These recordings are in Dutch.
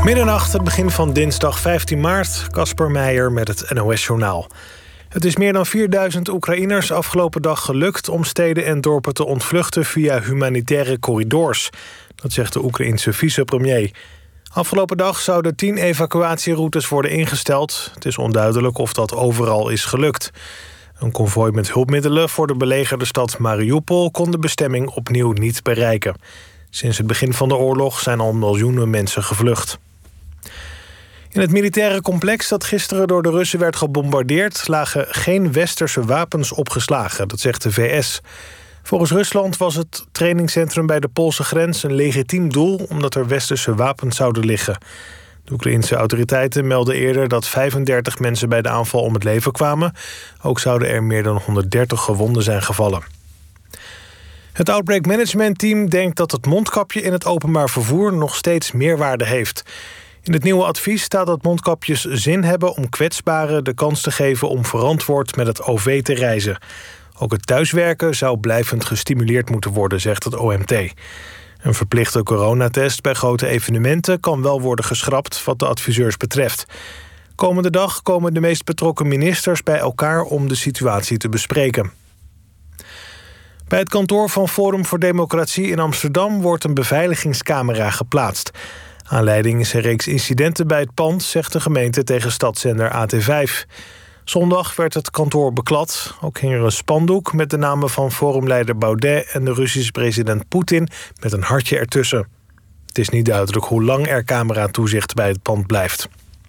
Middernacht, het begin van dinsdag 15 maart. Casper Meijer met het NOS-journaal. Het is meer dan 4000 Oekraïners afgelopen dag gelukt om steden en dorpen te ontvluchten via humanitaire corridors. Dat zegt de Oekraïense vicepremier. Afgelopen dag zouden 10 evacuatieroutes worden ingesteld. Het is onduidelijk of dat overal is gelukt. Een konvooi met hulpmiddelen voor de belegerde stad Mariupol kon de bestemming opnieuw niet bereiken. Sinds het begin van de oorlog zijn al miljoenen mensen gevlucht. In het militaire complex dat gisteren door de Russen werd gebombardeerd lagen geen westerse wapens opgeslagen, dat zegt de VS. Volgens Rusland was het trainingscentrum bij de Poolse grens een legitiem doel omdat er westerse wapens zouden liggen. De Oekraïense autoriteiten melden eerder dat 35 mensen bij de aanval om het leven kwamen. Ook zouden er meer dan 130 gewonden zijn gevallen. Het Outbreak Management Team denkt dat het mondkapje in het openbaar vervoer nog steeds meerwaarde heeft. In het nieuwe advies staat dat mondkapjes zin hebben om kwetsbaren de kans te geven om verantwoord met het OV te reizen. Ook het thuiswerken zou blijvend gestimuleerd moeten worden, zegt het OMT. Een verplichte coronatest bij grote evenementen kan wel worden geschrapt wat de adviseurs betreft. Komende dag komen de meest betrokken ministers bij elkaar om de situatie te bespreken. Bij het kantoor van Forum voor Democratie in Amsterdam wordt een beveiligingscamera geplaatst. Aanleiding is een reeks incidenten bij het pand, zegt de gemeente tegen stadszender AT5. Zondag werd het kantoor beklad. Ook hing er een spandoek met de namen van forumleider Baudet en de Russische president Poetin met een hartje ertussen. Het is niet duidelijk hoe lang er cameratoezicht bij het pand blijft.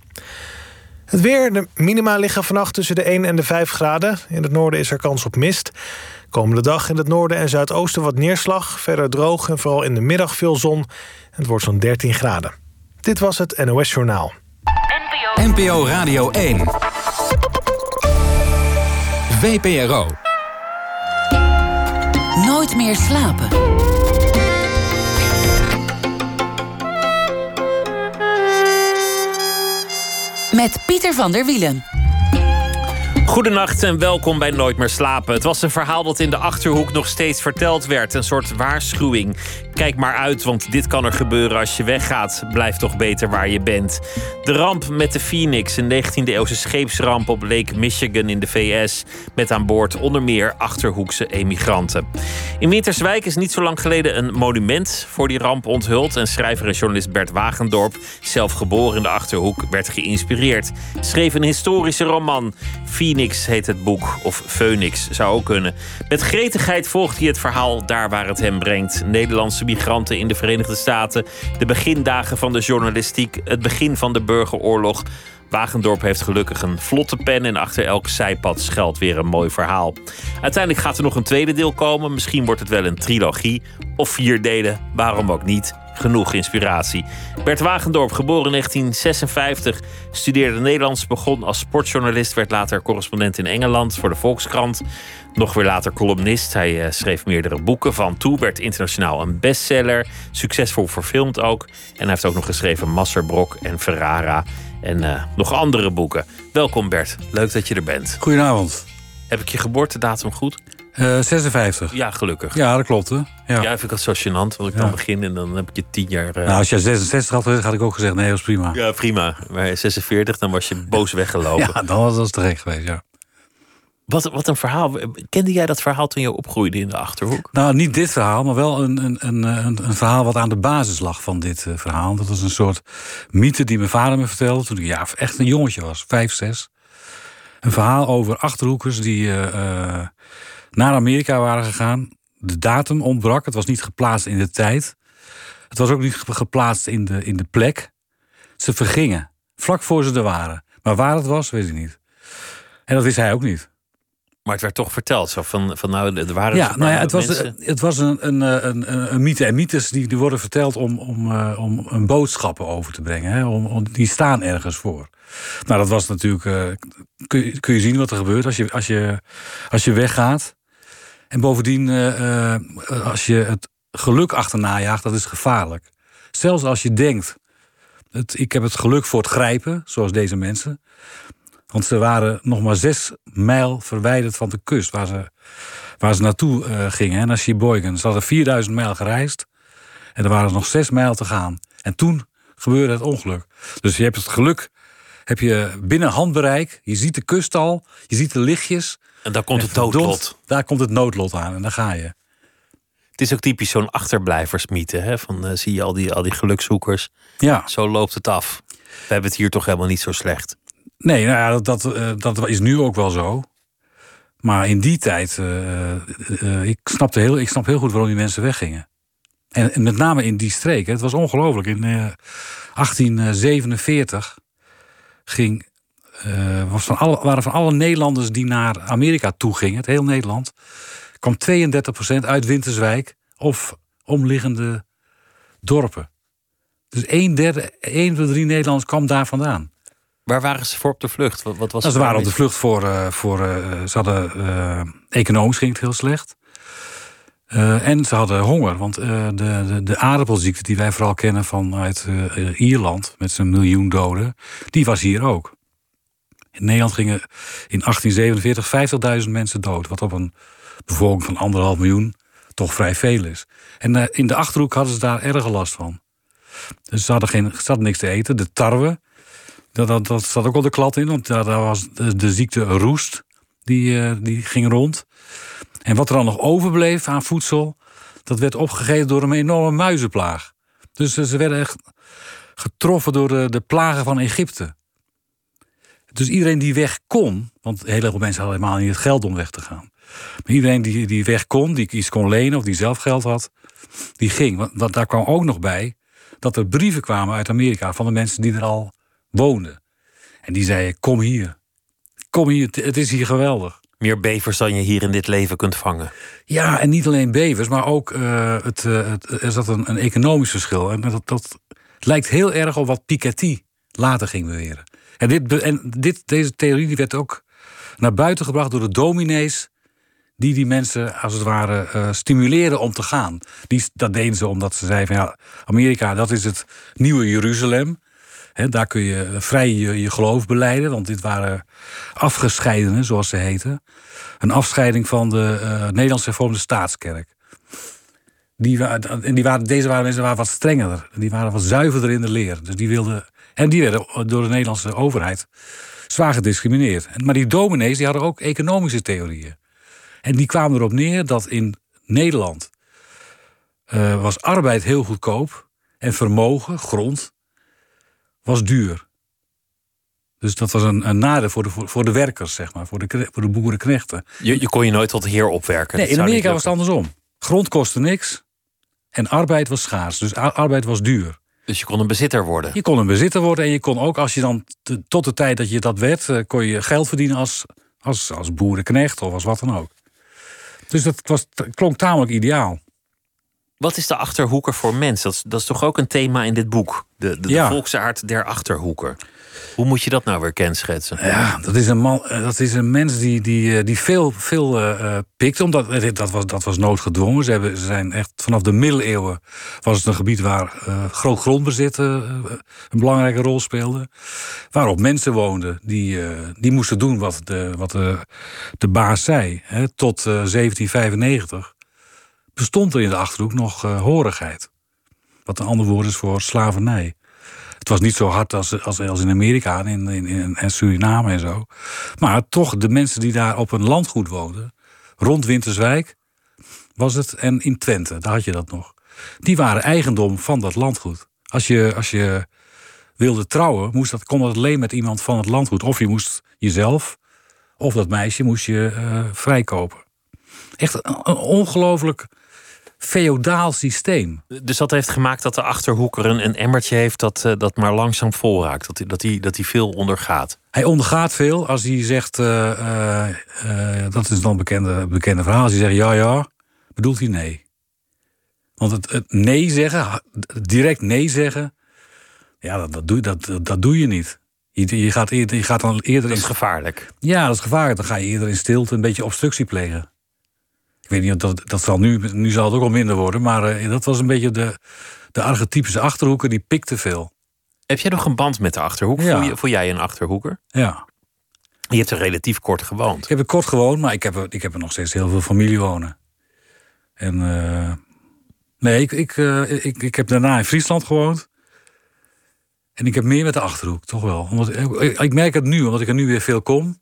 Het weer, de minima liggen vannacht tussen de 1 en de 5 graden. In het noorden is er kans op mist. Komende dag in het noorden en zuidoosten wat neerslag. Verder droog en vooral in de middag veel zon. Het wordt zo'n 13 graden. Dit was het NOS Journaal. NPO Radio 1. VPRO. Nooit meer slapen. Met Pieter van der Wielen. Goedenacht en welkom bij Nooit meer slapen. Het was een verhaal dat in de Achterhoek nog steeds verteld werd. Een soort waarschuwing. Kijk maar uit, want dit kan er gebeuren als je weggaat. Blijf toch beter waar je bent. De ramp met de Phoenix, een 19e-eeuwse scheepsramp op Lake Michigan in de VS. Met aan boord onder meer Achterhoekse emigranten. In Winterswijk is niet zo lang geleden een monument voor die ramp onthuld. En schrijver en journalist Bert Wagendorp, zelf geboren in de Achterhoek, werd geïnspireerd. Schreef een historische roman. Phoenix heet het boek, of Phoenix zou ook kunnen. Met gretigheid volgt hij het verhaal daar waar het hem brengt. Nederlandse migranten in de Verenigde Staten, de begindagen van de journalistiek, het begin van de burgeroorlog. Wagendorp heeft gelukkig een vlotte pen en achter elk zijpad schuilt weer een mooi verhaal. Uiteindelijk gaat er nog een tweede deel komen. Misschien wordt het wel een trilogie of 4 delen, waarom ook niet. Genoeg inspiratie. Bert Wagendorp, geboren in 1956, studeerde Nederlands, begon als sportjournalist, werd later correspondent in Engeland voor de Volkskrant. Nog weer later columnist. Hij schreef meerdere boeken van toe, werd internationaal een bestseller, succesvol verfilmd ook. En hij heeft ook nog geschreven Masserbrok en Ferrara en nog andere boeken. Welkom Bert, leuk dat je er bent. Goedenavond. Heb ik je geboortedatum goed? 56. Ja, gelukkig. Ja, dat klopt hè. Ja, vind ik dat zo gênant, want ik dan begin en dan heb ik je 10 jaar... Nou, als jij 66 had ik ook gezegd, nee, dat is prima. Ja, prima. Maar 46, dan was je boos weggelopen. Ja, dan was dat terecht geweest, ja. Wat een verhaal. Kende jij dat verhaal toen je opgroeide in de Achterhoek? Nou, niet dit verhaal, maar wel een verhaal wat aan de basis lag van dit verhaal. Dat was een soort mythe die mijn vader me vertelde toen ik echt een jongetje was, 5, 6. Een verhaal over Achterhoekers die naar Amerika waren gegaan. De datum ontbrak, het was niet geplaatst in de tijd. Het was ook niet geplaatst in de plek. Ze vergingen, vlak voor ze er waren. Maar waar het was, weet ik niet. En dat wist hij ook niet. Maar het werd toch verteld, zo van nou, er waren het was een mythe. En mythes die worden verteld om een boodschappen over te brengen. Hè? Die staan ergens voor. Nou, dat was natuurlijk... kun je zien wat er gebeurt als je weggaat. En bovendien, als je het geluk achterna jaagt, dat is gevaarlijk. Zelfs als je denkt, ik heb het geluk voor het grijpen, zoals deze mensen. Want ze waren nog maar 6 mijl verwijderd van de kust waar ze naartoe gingen, naar Sheboygan. Ze hadden 4000 mijl gereisd en er waren nog 6 mijl te gaan. En toen gebeurde het ongeluk. Dus je hebt het geluk heb je binnen handbereik. Je ziet de kust al, je ziet de lichtjes. En daar komt het noodlot. Daar komt het noodlot aan en daar ga je. Het is ook typisch zo'n achterblijversmythe. Hè? Van, zie je al die gelukzoekers. Ja. Zo loopt het af. We hebben het hier toch helemaal niet zo slecht. Nee, nou ja, dat is nu ook wel zo. Maar in die tijd, ik snap heel goed waarom die mensen weggingen. En met name in die streek. Het was ongelooflijk. In 1847 waren van alle Nederlanders die naar Amerika toe gingen, het heel Nederland, kwam 32% uit Winterswijk of omliggende dorpen. Dus 1 van de 3 Nederlanders kwam daar vandaan. Waar waren ze voor op de vlucht? Wat was Ze waren op de vlucht ze hadden economisch ging het heel slecht. En ze hadden honger, want de aardappelziekte die wij vooral kennen vanuit Ierland, met zijn 1 miljoen doden, die was hier ook. In Nederland gingen in 1847 50.000 mensen dood, wat op een bevolking van 1,5 miljoen toch vrij veel is. En in de Achterhoek hadden ze daar erg last van. Dus ze hadden niks te eten. De tarwe, dat zat ook al de klad in, want daar was de ziekte roest, die ging rond. En wat er dan nog overbleef aan voedsel, dat werd opgegeten door een enorme muizenplaag. Dus ze werden echt getroffen door de plagen van Egypte. Dus iedereen die weg kon, want heel veel mensen hadden helemaal niet het geld om weg te gaan. Maar iedereen die weg kon, die iets kon lenen of die zelf geld had, die ging. Want daar kwam ook nog bij dat er brieven kwamen uit Amerika van de mensen die er al woonden. En die zeiden, kom hier, het is hier geweldig. Meer bevers dan je hier in dit leven kunt vangen. Ja, en niet alleen bevers, maar ook er zat een economisch verschil. En dat lijkt heel erg op wat Piketty later ging beweren. En deze theorie die werd ook naar buiten gebracht door de dominees die mensen als het ware stimuleerden om te gaan. Dat deden ze omdat ze zeiden van ja, Amerika, dat is het nieuwe Jeruzalem. Daar kun je vrij je geloof belijden, want dit waren afgescheidenen, zoals ze heten. Een afscheiding van de Nederlandse Hervormde Staatskerk. Deze mensen waren wat strenger, die waren wat zuiverder in de leer. Dus die werden door de Nederlandse overheid zwaar gediscrimineerd. Maar die dominees die hadden ook economische theorieën. En die kwamen erop neer dat in Nederland was arbeid heel goedkoop en vermogen, grond, was duur. Dus dat was een nadeel voor de werkers, zeg maar, voor de boerenknechten. Je kon je nooit tot heer opwerken. Nee, in Amerika was het andersom. Grond kostte niks en arbeid was schaars. Dus arbeid was duur. Dus je kon een bezitter worden? Je kon een bezitter worden en je kon ook, als je dan tot de tijd dat je dat werd, kon je geld verdienen als boerenknecht of als wat dan ook. Dus dat klonk tamelijk ideaal. Wat is de Achterhoeker voor mens? Dat is toch ook een thema in dit boek? De volksaard der Achterhoeker. Hoe moet je dat nou weer kenschetsen? Ja, dat is een mens die veel pikt. Omdat dat was noodgedwongen. Ze zijn echt vanaf de middeleeuwen was het een gebied waar groot grondbezit een belangrijke rol speelde. Waarop mensen woonden die moesten doen wat de baas zei. Tot 1795 bestond er in de Achterhoek nog horigheid. Wat een ander woord is voor slavernij. Het was niet zo hard als in Amerika en Suriname en zo. Maar toch, de mensen die daar op een landgoed woonden, rond Winterswijk was het, en in Twente, daar had je dat nog. Die waren eigendom van dat landgoed. Als je wilde trouwen, kon dat alleen met iemand van het landgoed. Of je moest jezelf, of dat meisje moest je vrijkopen. Echt een ongelooflijk feodaal systeem. Dus dat heeft gemaakt dat de Achterhoeker een emmertje heeft dat maar langzaam vol raakt. Dat hij veel ondergaat. Hij ondergaat veel. Als hij zegt, dat is dan een bekende verhaal. Als hij zegt ja, bedoelt hij nee. Want het nee zeggen, direct nee zeggen, ja, dat doe je niet. Je gaat dan eerder. Dat is gevaarlijk. Ja, dat is gevaarlijk. Dan ga je eerder in stilte een beetje obstructie plegen. Ik weet niet, dat zal nu zal het ook al minder worden. Maar dat was een beetje de archetypische Achterhoeker, die pikte veel. Heb jij nog een band met de Achterhoek? Ja. Voel jij een Achterhoeker? Ja. Je hebt er relatief kort gewoond. Ik heb er kort gewoond, maar ik heb er nog steeds heel veel familie wonen. En ik heb daarna in Friesland gewoond. En ik heb meer met de Achterhoek, toch wel. Omdat, ik merk het nu, omdat ik er nu weer veel kom.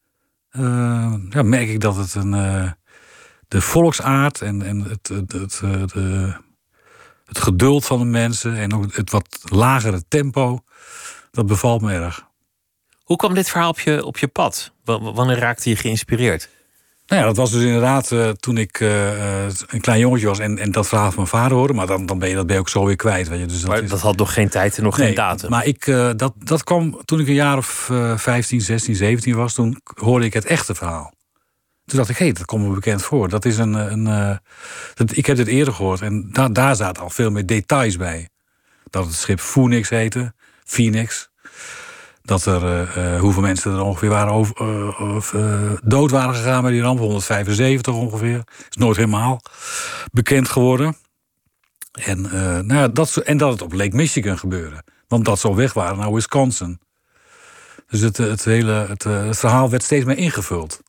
Merk ik dat het de volksaard en het geduld van de mensen... en ook het wat lagere tempo, dat bevalt me erg. Hoe kwam dit verhaal op je pad? Wanneer raakte je geïnspireerd? Nou ja, dat was dus inderdaad toen ik een klein jongetje was... en dat verhaal van mijn vader hoorde. Maar dan ben je ook zo weer kwijt. Weet je. Dus dat had nog geen tijd en nog geen datum. Maar dat kwam toen ik een jaar of 15, 16, 17 was. Toen hoorde ik het echte verhaal. Toen dacht ik, dat komt me bekend voor. Dat is ik heb dit eerder gehoord. En daar zaten al veel meer details bij. Dat het schip Phoenix heette. Phoenix. Dat er hoeveel mensen er ongeveer dood waren gegaan bij die ramp. 175 ongeveer. Is nooit helemaal bekend geworden. En dat het op Lake Michigan gebeurde. Want dat ze op weg waren naar Wisconsin. Dus het verhaal werd steeds meer ingevuld.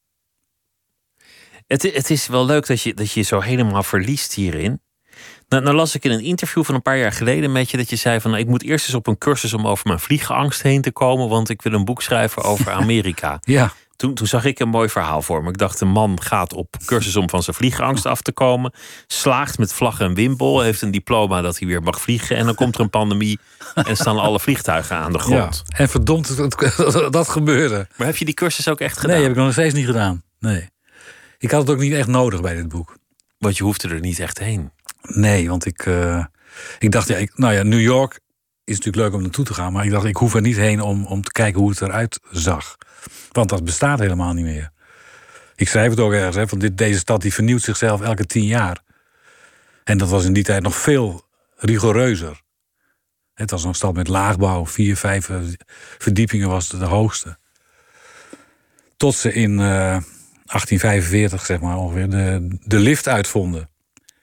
Het is wel leuk dat je zo helemaal verliest hierin. Nou las ik in een interview van een paar jaar geleden met je... dat je zei van, ik moet eerst eens op een cursus om over mijn vliegangst heen te komen... want ik wil een boek schrijven over Amerika. Ja. Toen zag ik een mooi verhaal voor me. Ik dacht, een man gaat op cursus om van zijn vliegangst af te komen... slaagt met vlag en wimpel, heeft een diploma dat hij weer mag vliegen... en dan komt er een pandemie en staan alle vliegtuigen aan de grond. Ja. En verdomd, dat gebeurde. Maar heb je die cursus ook echt gedaan? Nee, heb ik nog steeds niet gedaan. Nee. Ik had het ook niet echt nodig bij dit boek. Want je hoefde er niet echt heen. Nee, want ik dacht, New York is natuurlijk leuk om naartoe te gaan... maar ik dacht, ik hoef er niet heen om te kijken hoe het eruit zag. Want dat bestaat helemaal niet meer. Ik schrijf het ook ergens, want deze stad die vernieuwt zichzelf elke 10 jaar. En dat was in die tijd nog veel rigoureuzer. Het was een stad met laagbouw, 4, 5 verdiepingen was de hoogste. Tot ze in 1845, zeg maar ongeveer, de lift uitvonden.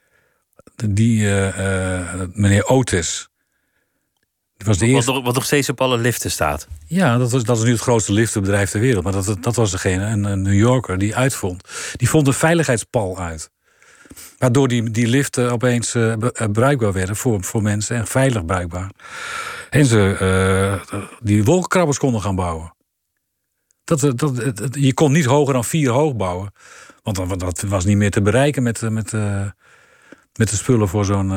Meneer Otis. Was de eerste... wat nog steeds op alle liften staat. Ja, dat is nu het grootste liftenbedrijf ter wereld. Maar dat was degene, een New Yorker, die uitvond. Die vond een veiligheidspal uit. Waardoor die liften opeens bruikbaar werden voor mensen. En veilig bruikbaar. En ze die wolkenkrabbers konden gaan bouwen. Je kon niet hoger dan 4 hoog bouwen. Want dat was niet meer te bereiken met de spullen voor zo'n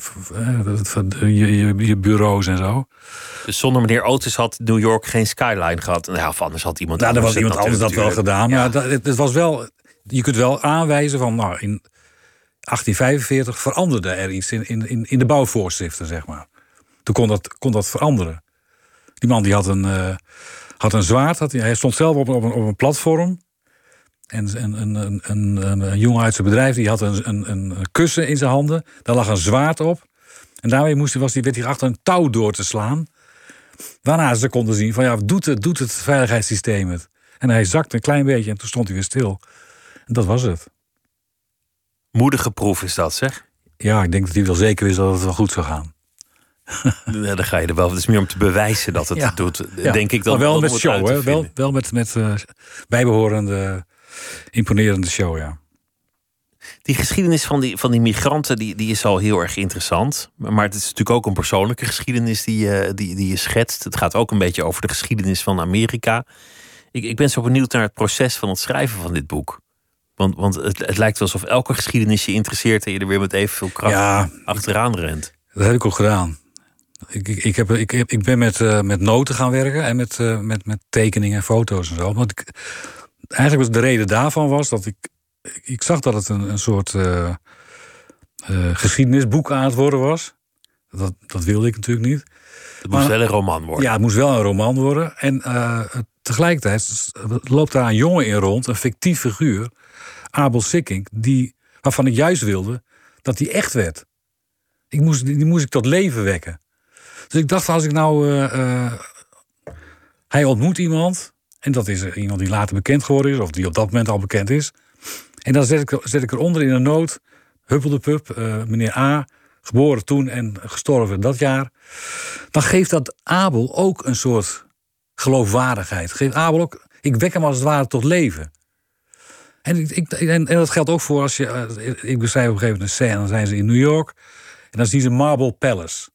je bureaus en zo. Dus zonder meneer Otis had New York geen skyline gehad. Nou, of anders had iemand anders. Was iemand anders dat wel gedaan. Ja. Maar het was wel. Je kunt wel aanwijzen van. Nou, in 1845 veranderde er iets in de bouwvoorschriften, zeg maar. Toen kon dat veranderen. Die man die had een zwaard. Hij stond zelf op een platform. En een jongen uit zijn bedrijf die had een kussen in zijn handen. Daar lag een zwaard op. En daarmee werd hij achter een touw door te slaan. Waarna ze konden zien van doet het veiligheidssysteem het. En hij zakte een klein beetje en toen stond hij weer stil. En dat was het. Moedige proef is dat, zeg? Ja, ik denk dat hij wel zeker wist dat het wel goed zou gaan. Ja, dan ga je er wel. Het is meer om te bewijzen dat het doet. Ja. Denk ik dan. Maar wel met show, hè? Wel met bijbehorende, imponerende show, ja. Die geschiedenis van die migranten die is al heel erg interessant. Maar het is natuurlijk ook een persoonlijke geschiedenis die je schetst. Het gaat ook een beetje over de geschiedenis van Amerika. Ik ben zo benieuwd naar het proces van het schrijven van dit boek. Want het lijkt alsof elke geschiedenis je interesseert en je er weer met evenveel kracht achteraan rent. Dat heb ik ook gedaan. Ik ben met noten gaan werken en met tekeningen en foto's en zo. Want eigenlijk was de reden daarvan was dat ik zag dat het een soort geschiedenisboek aan het worden was. Dat wilde ik natuurlijk niet. Het moest wel een roman worden. Ja, het moest wel een roman worden. En tegelijkertijd loopt daar een jongen in rond, een fictief figuur, Abel Sikkink, waarvan ik juist wilde dat hij echt werd. Die moest ik tot leven wekken. Dus ik dacht, als ik nou... hij ontmoet iemand, en dat is iemand die later bekend geworden is, of die op dat moment al bekend is. En dan zet ik eronder in een noot, huppeldepup, meneer A, geboren toen en gestorven dat jaar. Dan geeft dat Abel ook een soort geloofwaardigheid. Geeft Abel ook, ik wek hem als het ware tot leven. En dat geldt ook voor ik beschrijf op een gegeven moment een scène, dan zijn ze in New York. En dan zien ze Marble Palace.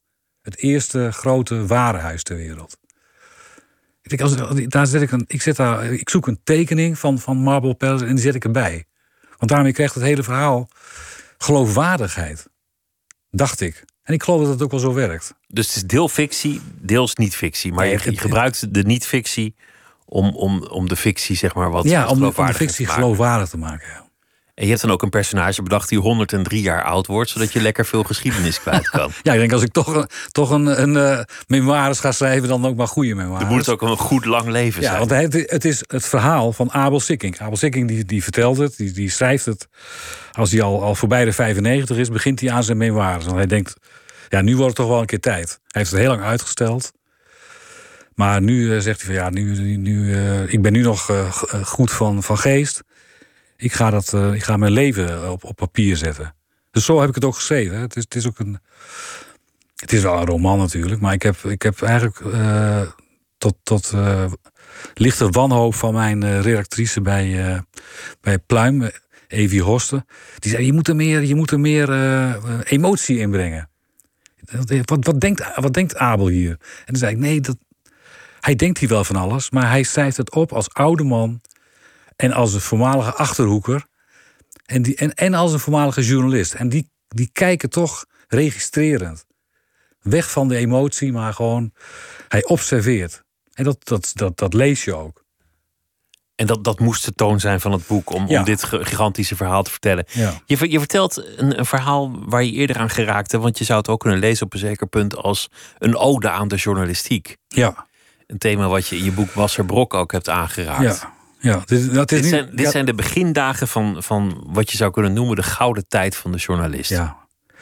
Het eerste grote warenhuis ter wereld. Ik zoek een tekening van Marble Palace en die zet ik erbij. Want daarmee krijgt het hele verhaal geloofwaardigheid. Dacht ik. En ik geloof dat het ook wel zo werkt. Dus het is deel fictie, deels niet-fictie. Maar je gebruikt de niet-fictie om de fictie, zeg maar, wat om de fictie geloofwaardig te maken. Ja. En je hebt dan ook een personage bedacht die 103 jaar oud wordt, zodat je lekker veel geschiedenis kwijt kan. Ja, ik denk als ik toch een memoires ga schrijven, dan ook maar goede memoires. Dan moet het ook een goed lang leven zijn. Ja, want het is het verhaal van Abel Sikkink. Abel Sikkink die vertelt het, die schrijft het. Als hij al voorbij de 95 is, begint hij aan zijn memoires. Want hij denkt, ja, nu wordt het toch wel een keer tijd. Hij heeft het heel lang uitgesteld. Maar nu zegt hij van ik ben nu nog goed van geest. Ik ga mijn leven op papier zetten. Dus zo heb ik het ook geschreven. Het is ook het is wel een roman natuurlijk. Maar ik heb eigenlijk tot lichte wanhoop van mijn redactrice bij Pluim, Evie Horsten. Die zei, je moet er meer emotie in brengen. Wat denkt Abel hier? En toen zei ik, nee, hij denkt hier wel van alles. Maar hij schrijft het op als oude man. En als een voormalige Achterhoeker. En als een voormalige journalist. En die kijken toch registrerend. Weg van de emotie, maar gewoon... Hij observeert. En dat lees je ook. En dat moest de toon zijn van het boek om dit gigantische verhaal te vertellen. Ja. Je vertelt een verhaal waar je eerder aan geraakte, want je zou het ook kunnen lezen op een zeker punt als een ode aan de journalistiek. Ja. Een thema wat je in je boek Wasserbrok ook hebt aangeraakt. Ja. Dit zijn de begindagen van wat je zou kunnen noemen de gouden tijd van de journalist. Ja.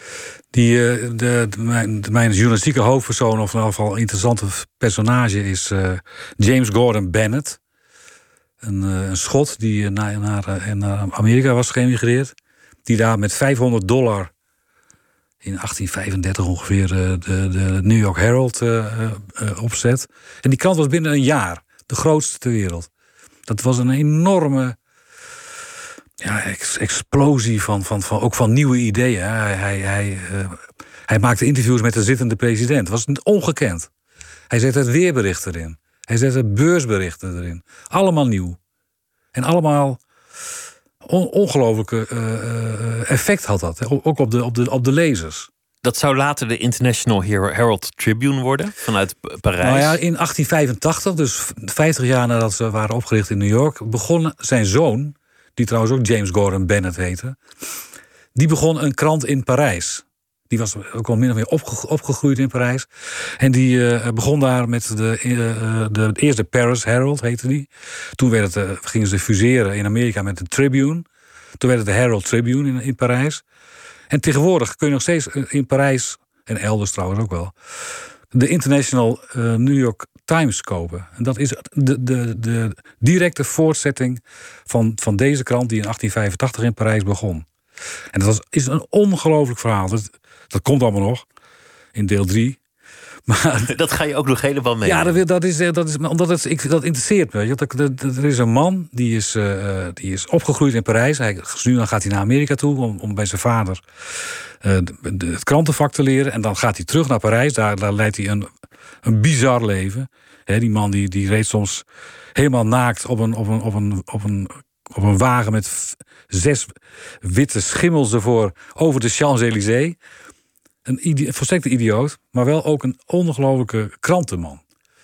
Mijn journalistieke hoofdpersoon, of in ieder geval een interessante personage, is James Gordon Bennett. Een Schot die naar Amerika was geëmigreerd. Die daar met $500 in 1835 ongeveer de New York Herald opzet. En die krant was binnen een jaar de grootste ter wereld. Dat was een enorme explosie ook van nieuwe ideeën. Hij maakte interviews met de zittende president. Dat was ongekend. Hij zette het weerbericht erin. Hij zette beursberichten erin. Allemaal nieuw. En allemaal ongelooflijke effect had dat. Ook op de lezers. Dat zou later de International Herald Tribune worden, vanuit Parijs. Nou ja, in 1885, dus 50 jaar nadat ze waren opgericht in New York, begon zijn zoon, die trouwens ook James Gordon Bennett heette, die begon een krant in Parijs. Die was ook al min of meer opgegroeid in Parijs. En die begon daar met de eerste Paris Herald, heette die. Toen gingen ze fuseren in Amerika met de Tribune. Toen werd het de Herald Tribune in Parijs. En tegenwoordig kun je nog steeds in Parijs, en elders trouwens ook wel, de International New York Times kopen. En dat is de directe voortzetting van deze krant die in 1885 in Parijs begon. En dat is een ongelooflijk verhaal. Dat komt allemaal nog in deel 3. Maar dat ga je ook nog helemaal mee. Ja, dat interesseert me. Er is een man die is opgegroeid in Parijs. Nu gaat hij naar Amerika toe om bij zijn vader het krantenvak te leren. En dan gaat hij terug naar Parijs. Daar leidt hij een bizar leven. Die man die reed soms helemaal naakt op een wagen met 6 witte schimmels ervoor over de Champs-Élysées. Een volstrekte idioot, maar wel ook een ongelofelijke krantenman.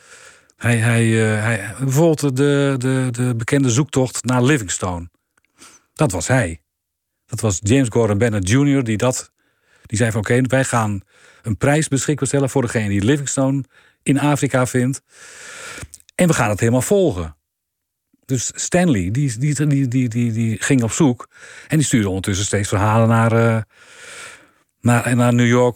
Bijvoorbeeld de bekende zoektocht naar Livingstone. Dat was hij. Dat was James Gordon Bennett Jr. Die zei van oké, wij gaan een prijs beschikbaar stellen voor degene die Livingstone in Afrika vindt. En we gaan het helemaal volgen. Dus Stanley, die ging op zoek. En die stuurde ondertussen steeds verhalen naar New York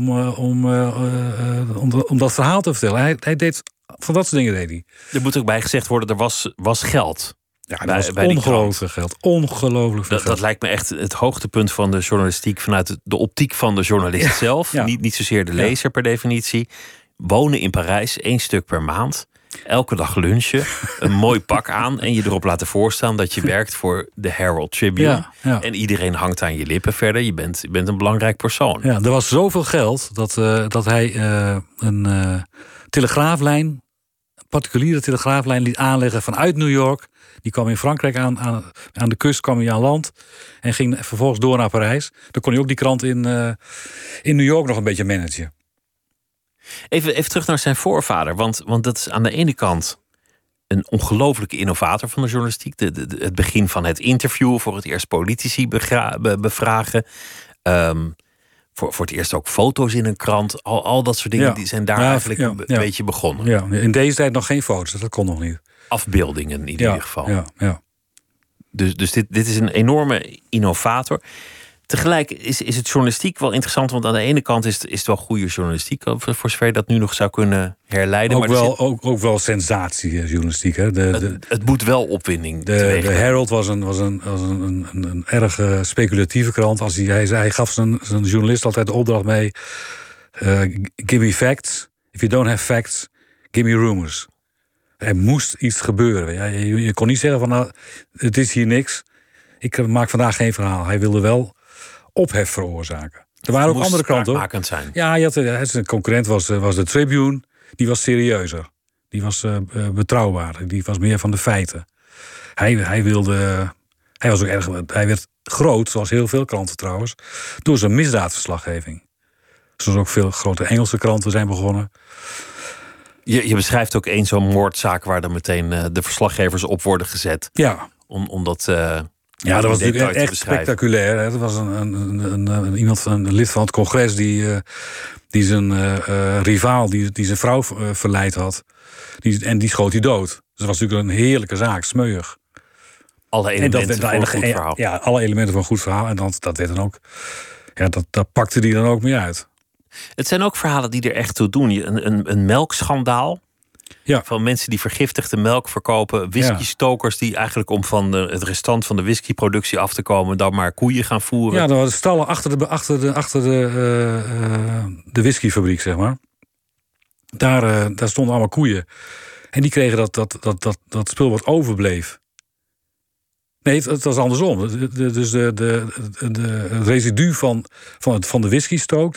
om dat verhaal te vertellen. Hij deed van dat soort dingen deed hij. Er moet ook bij gezegd worden, er was geld. Ja, dat was ongelooflijk veel geld. Ongelooflijk veel geld. Dat lijkt me echt het hoogtepunt van de journalistiek vanuit de optiek van de journalist zelf. Ja. Niet zozeer de lezer per definitie. Wonen in Parijs 1 stuk per maand. Elke dag lunchen, een mooi pak aan en je erop laten voorstaan dat je werkt voor de Herald Tribune. Ja. En iedereen hangt aan je lippen verder. Je bent een belangrijk persoon. Ja, er was zoveel geld dat hij een telegraaflijn, een particuliere telegraaflijn liet aanleggen vanuit New York. Die kwam in Frankrijk aan de kust, kwam hij aan land en ging vervolgens door naar Parijs. Dan kon hij ook die krant in New York nog een beetje managen. Even terug naar zijn voorvader. Want dat is aan de ene kant een ongelofelijke innovator van de journalistiek. Het begin van het interview, voor het eerst politici bevragen. Voor het eerst ook foto's in een krant. Al dat soort dingen die zijn daar eigenlijk een beetje begonnen. Ja, in deze tijd nog geen foto's, dat kon nog niet. Afbeeldingen in ieder geval. Ja. Dus dit is een enorme innovator. Tegelijk is het journalistiek wel interessant, want aan de ene kant is het wel goede journalistiek, voor zover je dat nu nog zou kunnen herleiden. Ook wel sensatiejournalistiek. Hè? Het moet wel opwinding. De Herald was een erg speculatieve krant. Hij gaf zijn journalist altijd de opdracht mee: give me facts. If you don't have facts, give me rumors. Er moest iets gebeuren. Ja, je kon niet zeggen van nou, het is hier niks. Ik maak vandaag geen verhaal. Hij wilde wel ophef veroorzaken. Er waren ook andere kranten, hoor. Zijn. Ja, zijn concurrent was de Tribune. Die was serieuzer. Die was betrouwbaarder. Die was meer van de feiten. Hij werd groot, zoals heel veel kranten trouwens, door zijn misdaadverslaggeving. Zoals ook veel grote Engelse kranten zijn begonnen. Je beschrijft ook één zo'n moordzaak waar dan meteen de verslaggevers op worden gezet. Ja. Om dat. Ja, dat was natuurlijk echt spectaculair. Hè. Er was een lid van het congres die zijn rivaal, die zijn vrouw verleid had. Die schoot hij dood. Dus dat was natuurlijk een heerlijke zaak, smeuig. Alle elementen van een goed verhaal. Ja, alle elementen van een goed verhaal. En dat werd dan ook. Ja, dat pakte die dan ook mee uit. Het zijn ook verhalen die er echt toe doen. Een melkschandaal. Ja. Van mensen die vergiftigde melk verkopen. Whisky-stokers die eigenlijk om van het restant van de whiskyproductie af te komen dan maar koeien gaan voeren. Ja, er waren stallen achter de whiskyfabriek, zeg maar. Daar stonden allemaal koeien. En die kregen dat spul wat overbleef. Nee, het was andersom. Dus de residu van de whisky-stook,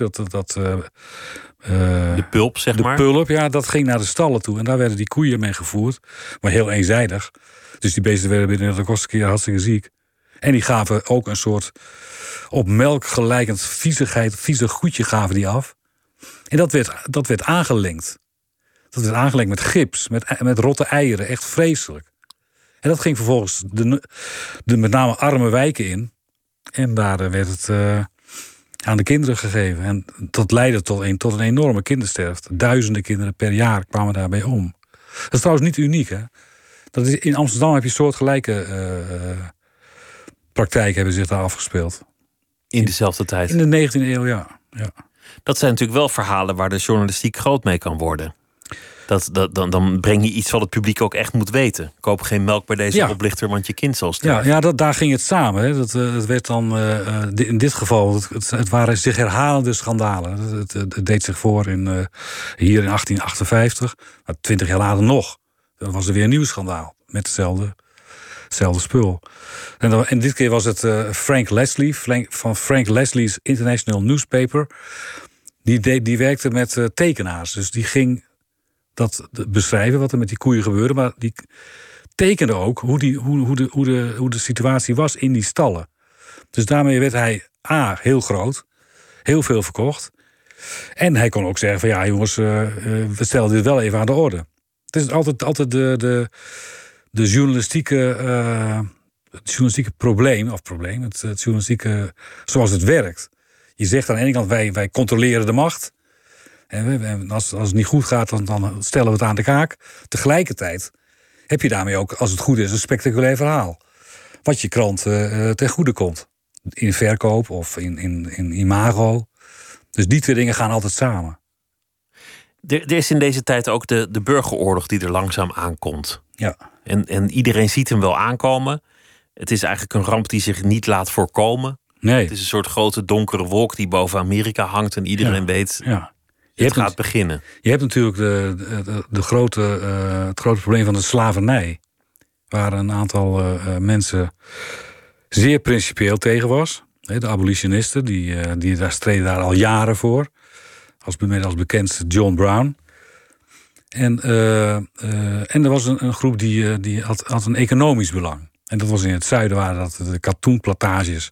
de pulp, zeg maar. De pulp, ja, dat ging naar de stallen toe. En daar werden die koeien mee gevoerd. Maar heel eenzijdig. Dus die beesten werden binnen de kortste keer hartstikke ziek. En die gaven ook een soort op melk gelijkend viezig goedje gaven die af. En dat werd aangelengd. Dat werd aangelengd met gips, met rotte eieren. Echt vreselijk. En dat ging vervolgens de met name arme wijken in. En daar werd het aan de kinderen gegeven. En dat leidde tot een enorme kindersterfte. Duizenden kinderen per jaar kwamen daarbij om. Dat is trouwens niet uniek, hè? In Amsterdam heb je soortgelijke praktijken hebben zich daar afgespeeld. In dezelfde tijd? In de 19e eeuw, ja. Dat zijn natuurlijk wel verhalen waar de journalistiek groot mee kan worden. Dan breng je iets wat het publiek ook echt moet weten. Koop geen melk bij deze oplichter, want je kind zal sterven. Ja, daar ging het samen. Hè. Dat werd dan in dit geval, het waren zich herhalende schandalen. Het deed zich voor hier in 1858, maar 20 jaar later nog. Dan was er weer een nieuw schandaal met hetzelfde spul. En dit keer was het Frank Leslie van Frank Leslie's International Newspaper. Die werkte met tekenaars, dus die ging dat beschrijven wat er met die koeien gebeurde, maar die tekende ook hoe de situatie was in die stallen. Dus daarmee werd hij heel groot, heel veel verkocht. En hij kon ook zeggen van ja jongens, we stellen dit wel even aan de orde. Het is altijd de journalistieke probleem, het journalistieke zoals het werkt. Je zegt aan de ene kant wij controleren de macht. En als het niet goed gaat, dan stellen we het aan de kaak. Tegelijkertijd heb je daarmee ook, als het goed is, een spectaculair verhaal. Wat je krant ten goede komt. In verkoop of in imago. Dus die twee dingen gaan altijd samen. Er is in deze tijd ook de burgeroorlog die er langzaam aankomt. Ja. En iedereen ziet hem wel aankomen. Het is eigenlijk een ramp die zich niet laat voorkomen. Nee. Het is een soort grote donkere wolk die boven Amerika hangt. En iedereen weet, Het gaat beginnen. Je hebt natuurlijk het grote probleem van de slavernij. Waar een aantal mensen zeer principieel tegen was. De abolitionisten, die daar streden daar al jaren voor. Als bekendste John Brown. En er was een groep die had een economisch belang. En dat was in het zuiden, waren dat de katoenplantages.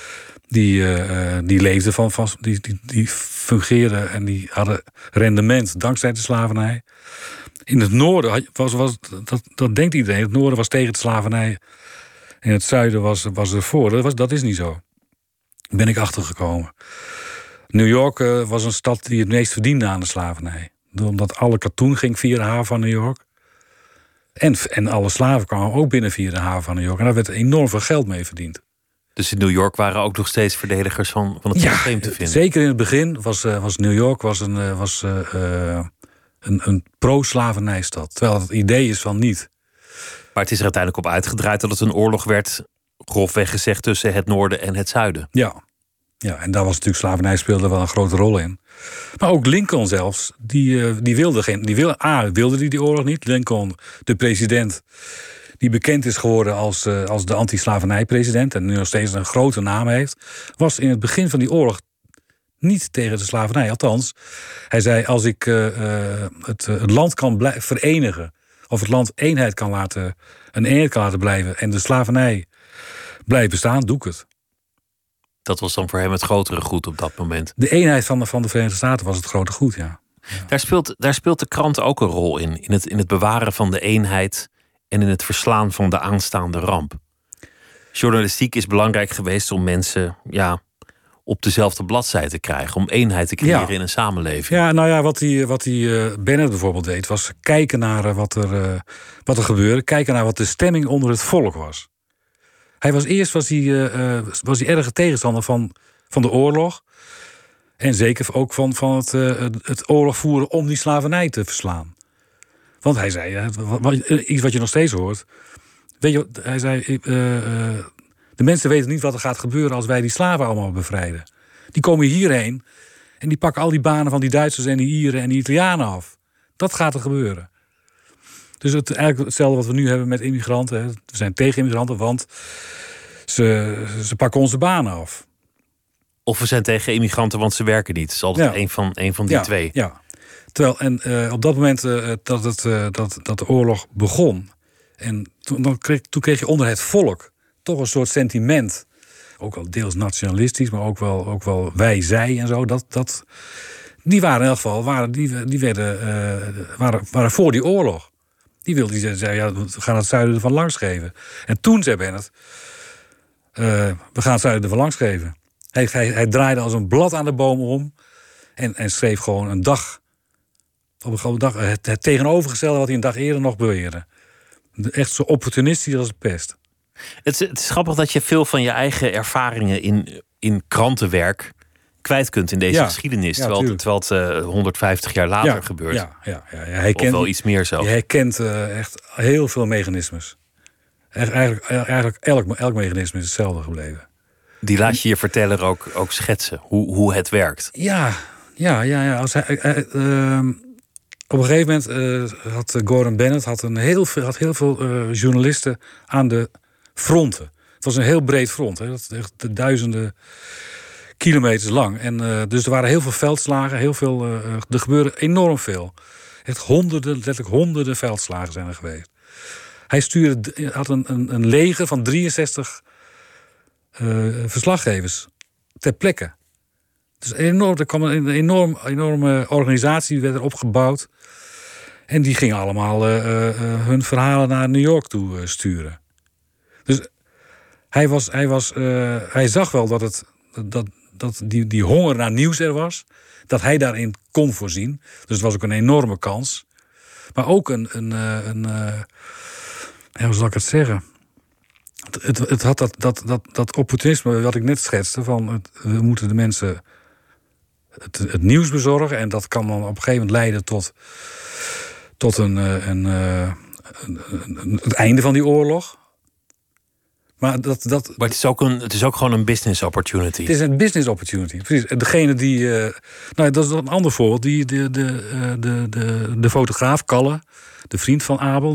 Die leefden die fungeerden en die hadden rendement dankzij de slavernij. In het noorden dat denkt iedereen. Het noorden was tegen de slavernij. En het zuiden was ervoor. Dat is niet zo. Daar ben ik achtergekomen. New York was een stad die het meest verdiende aan de slavernij. Omdat alle katoen ging via de haven van New York. En alle slaven kwamen ook binnen via de haven van New York. En daar werd enorm veel geld mee verdiend. Dus in New York waren ook nog steeds verdedigers van het systeem te vinden? Zeker in het begin was New York een pro-slavernijstad. Terwijl het idee is van niet. Maar het is er uiteindelijk op uitgedraaid dat het een oorlog werd, grofweg gezegd, tussen het noorden en het zuiden. Ja, en daar was natuurlijk slavernij speelde wel een grote rol in. Maar ook Lincoln zelfs, die wilde die oorlog niet. Lincoln, de president, die bekend is geworden als de anti-slavernij-president en nu nog steeds een grote naam heeft, was in het begin van die oorlog niet tegen de slavernij. Althans, hij zei, als ik het land kan verenigen, of het land een eenheid kan laten blijven en de slavernij blijft bestaan, doe ik het. Dat was dan voor hem het grotere goed op dat moment. De eenheid van de Verenigde Staten was het grote goed, ja. Daar speelt de krant ook een rol in het bewaren van de eenheid en in het verslaan van de aanstaande ramp. Journalistiek is belangrijk geweest om mensen op dezelfde bladzijde te krijgen, om eenheid te creëren in een samenleving. Ja, nou ja, wat die Bennett bijvoorbeeld deed, was kijken naar wat er gebeurde, kijken naar wat de stemming onder het volk was. Hij was hij erge tegenstander van de oorlog. En zeker ook van het oorlog voeren om die slavernij te verslaan. Want hij zei, iets wat je nog steeds hoort. Weet je, hij zei, de mensen weten niet wat er gaat gebeuren als wij die slaven allemaal bevrijden. Die komen hierheen en die pakken al die banen van die Duitsers en die Ieren en die Italianen af. Dat gaat er gebeuren. Dus eigenlijk hetzelfde wat we nu hebben met immigranten. Hè. We zijn tegen immigranten, want ze pakken onze banen af. Of we zijn tegen immigranten, want ze werken niet. Het is altijd een van die twee. Ja. Terwijl, op dat moment dat de oorlog begon, en toen kreeg je onder het volk toch een soort sentiment. Ook wel deels nationalistisch, maar ook wel wij-zij en zo. Die waren in elk geval waren voor die oorlog. Die zei, we gaan het zuiden ervan langs geven. En toen zei Bennett, we gaan het zuiden ervan langs geven. Hij draaide als een blad aan de boom om en schreef gewoon op een gewone dag het tegenovergestelde wat hij een dag eerder nog beweerde. Echt zo opportunistisch als de pest. Het is grappig dat je veel van je eigen ervaringen in krantenwerk kwijt kunt in deze geschiedenis. Terwijl het 150 jaar later gebeurt. Ja. Of wel iets meer zo. Je herkent echt heel veel mechanismes. Eigenlijk elk mechanisme is hetzelfde gebleven. Die laat je verteller ook schetsen, hoe het werkt. Ja. Als op een gegeven moment had Gordon Bennett heel veel journalisten aan de fronten. Het was een heel breed front. Hè. Dat is echt duizenden kilometers lang. En dus er waren heel veel veldslagen. Er gebeurde enorm veel. Echt letterlijk honderden veldslagen zijn er geweest. Hij had een leger van 63 verslaggevers ter plekke. Dus er kwam een enorme organisatie, die werd er opgebouwd. En die gingen allemaal hun verhalen naar New York toe sturen. Dus hij zag wel dat die honger naar nieuws er was. Dat hij daarin kon voorzien. Dus het was ook een enorme kans. Maar ook hoe zal ik het zeggen? Het had dat opportunisme wat ik net schetste. Van we moeten de mensen het nieuws bezorgen. En dat kan dan op een gegeven moment leiden tot het einde van die oorlog. Maar Maar het is ook gewoon een business opportunity. Het is een business opportunity, precies. Degene die... dat is een ander voorbeeld. De fotograaf, Kalle, de vriend van Abel...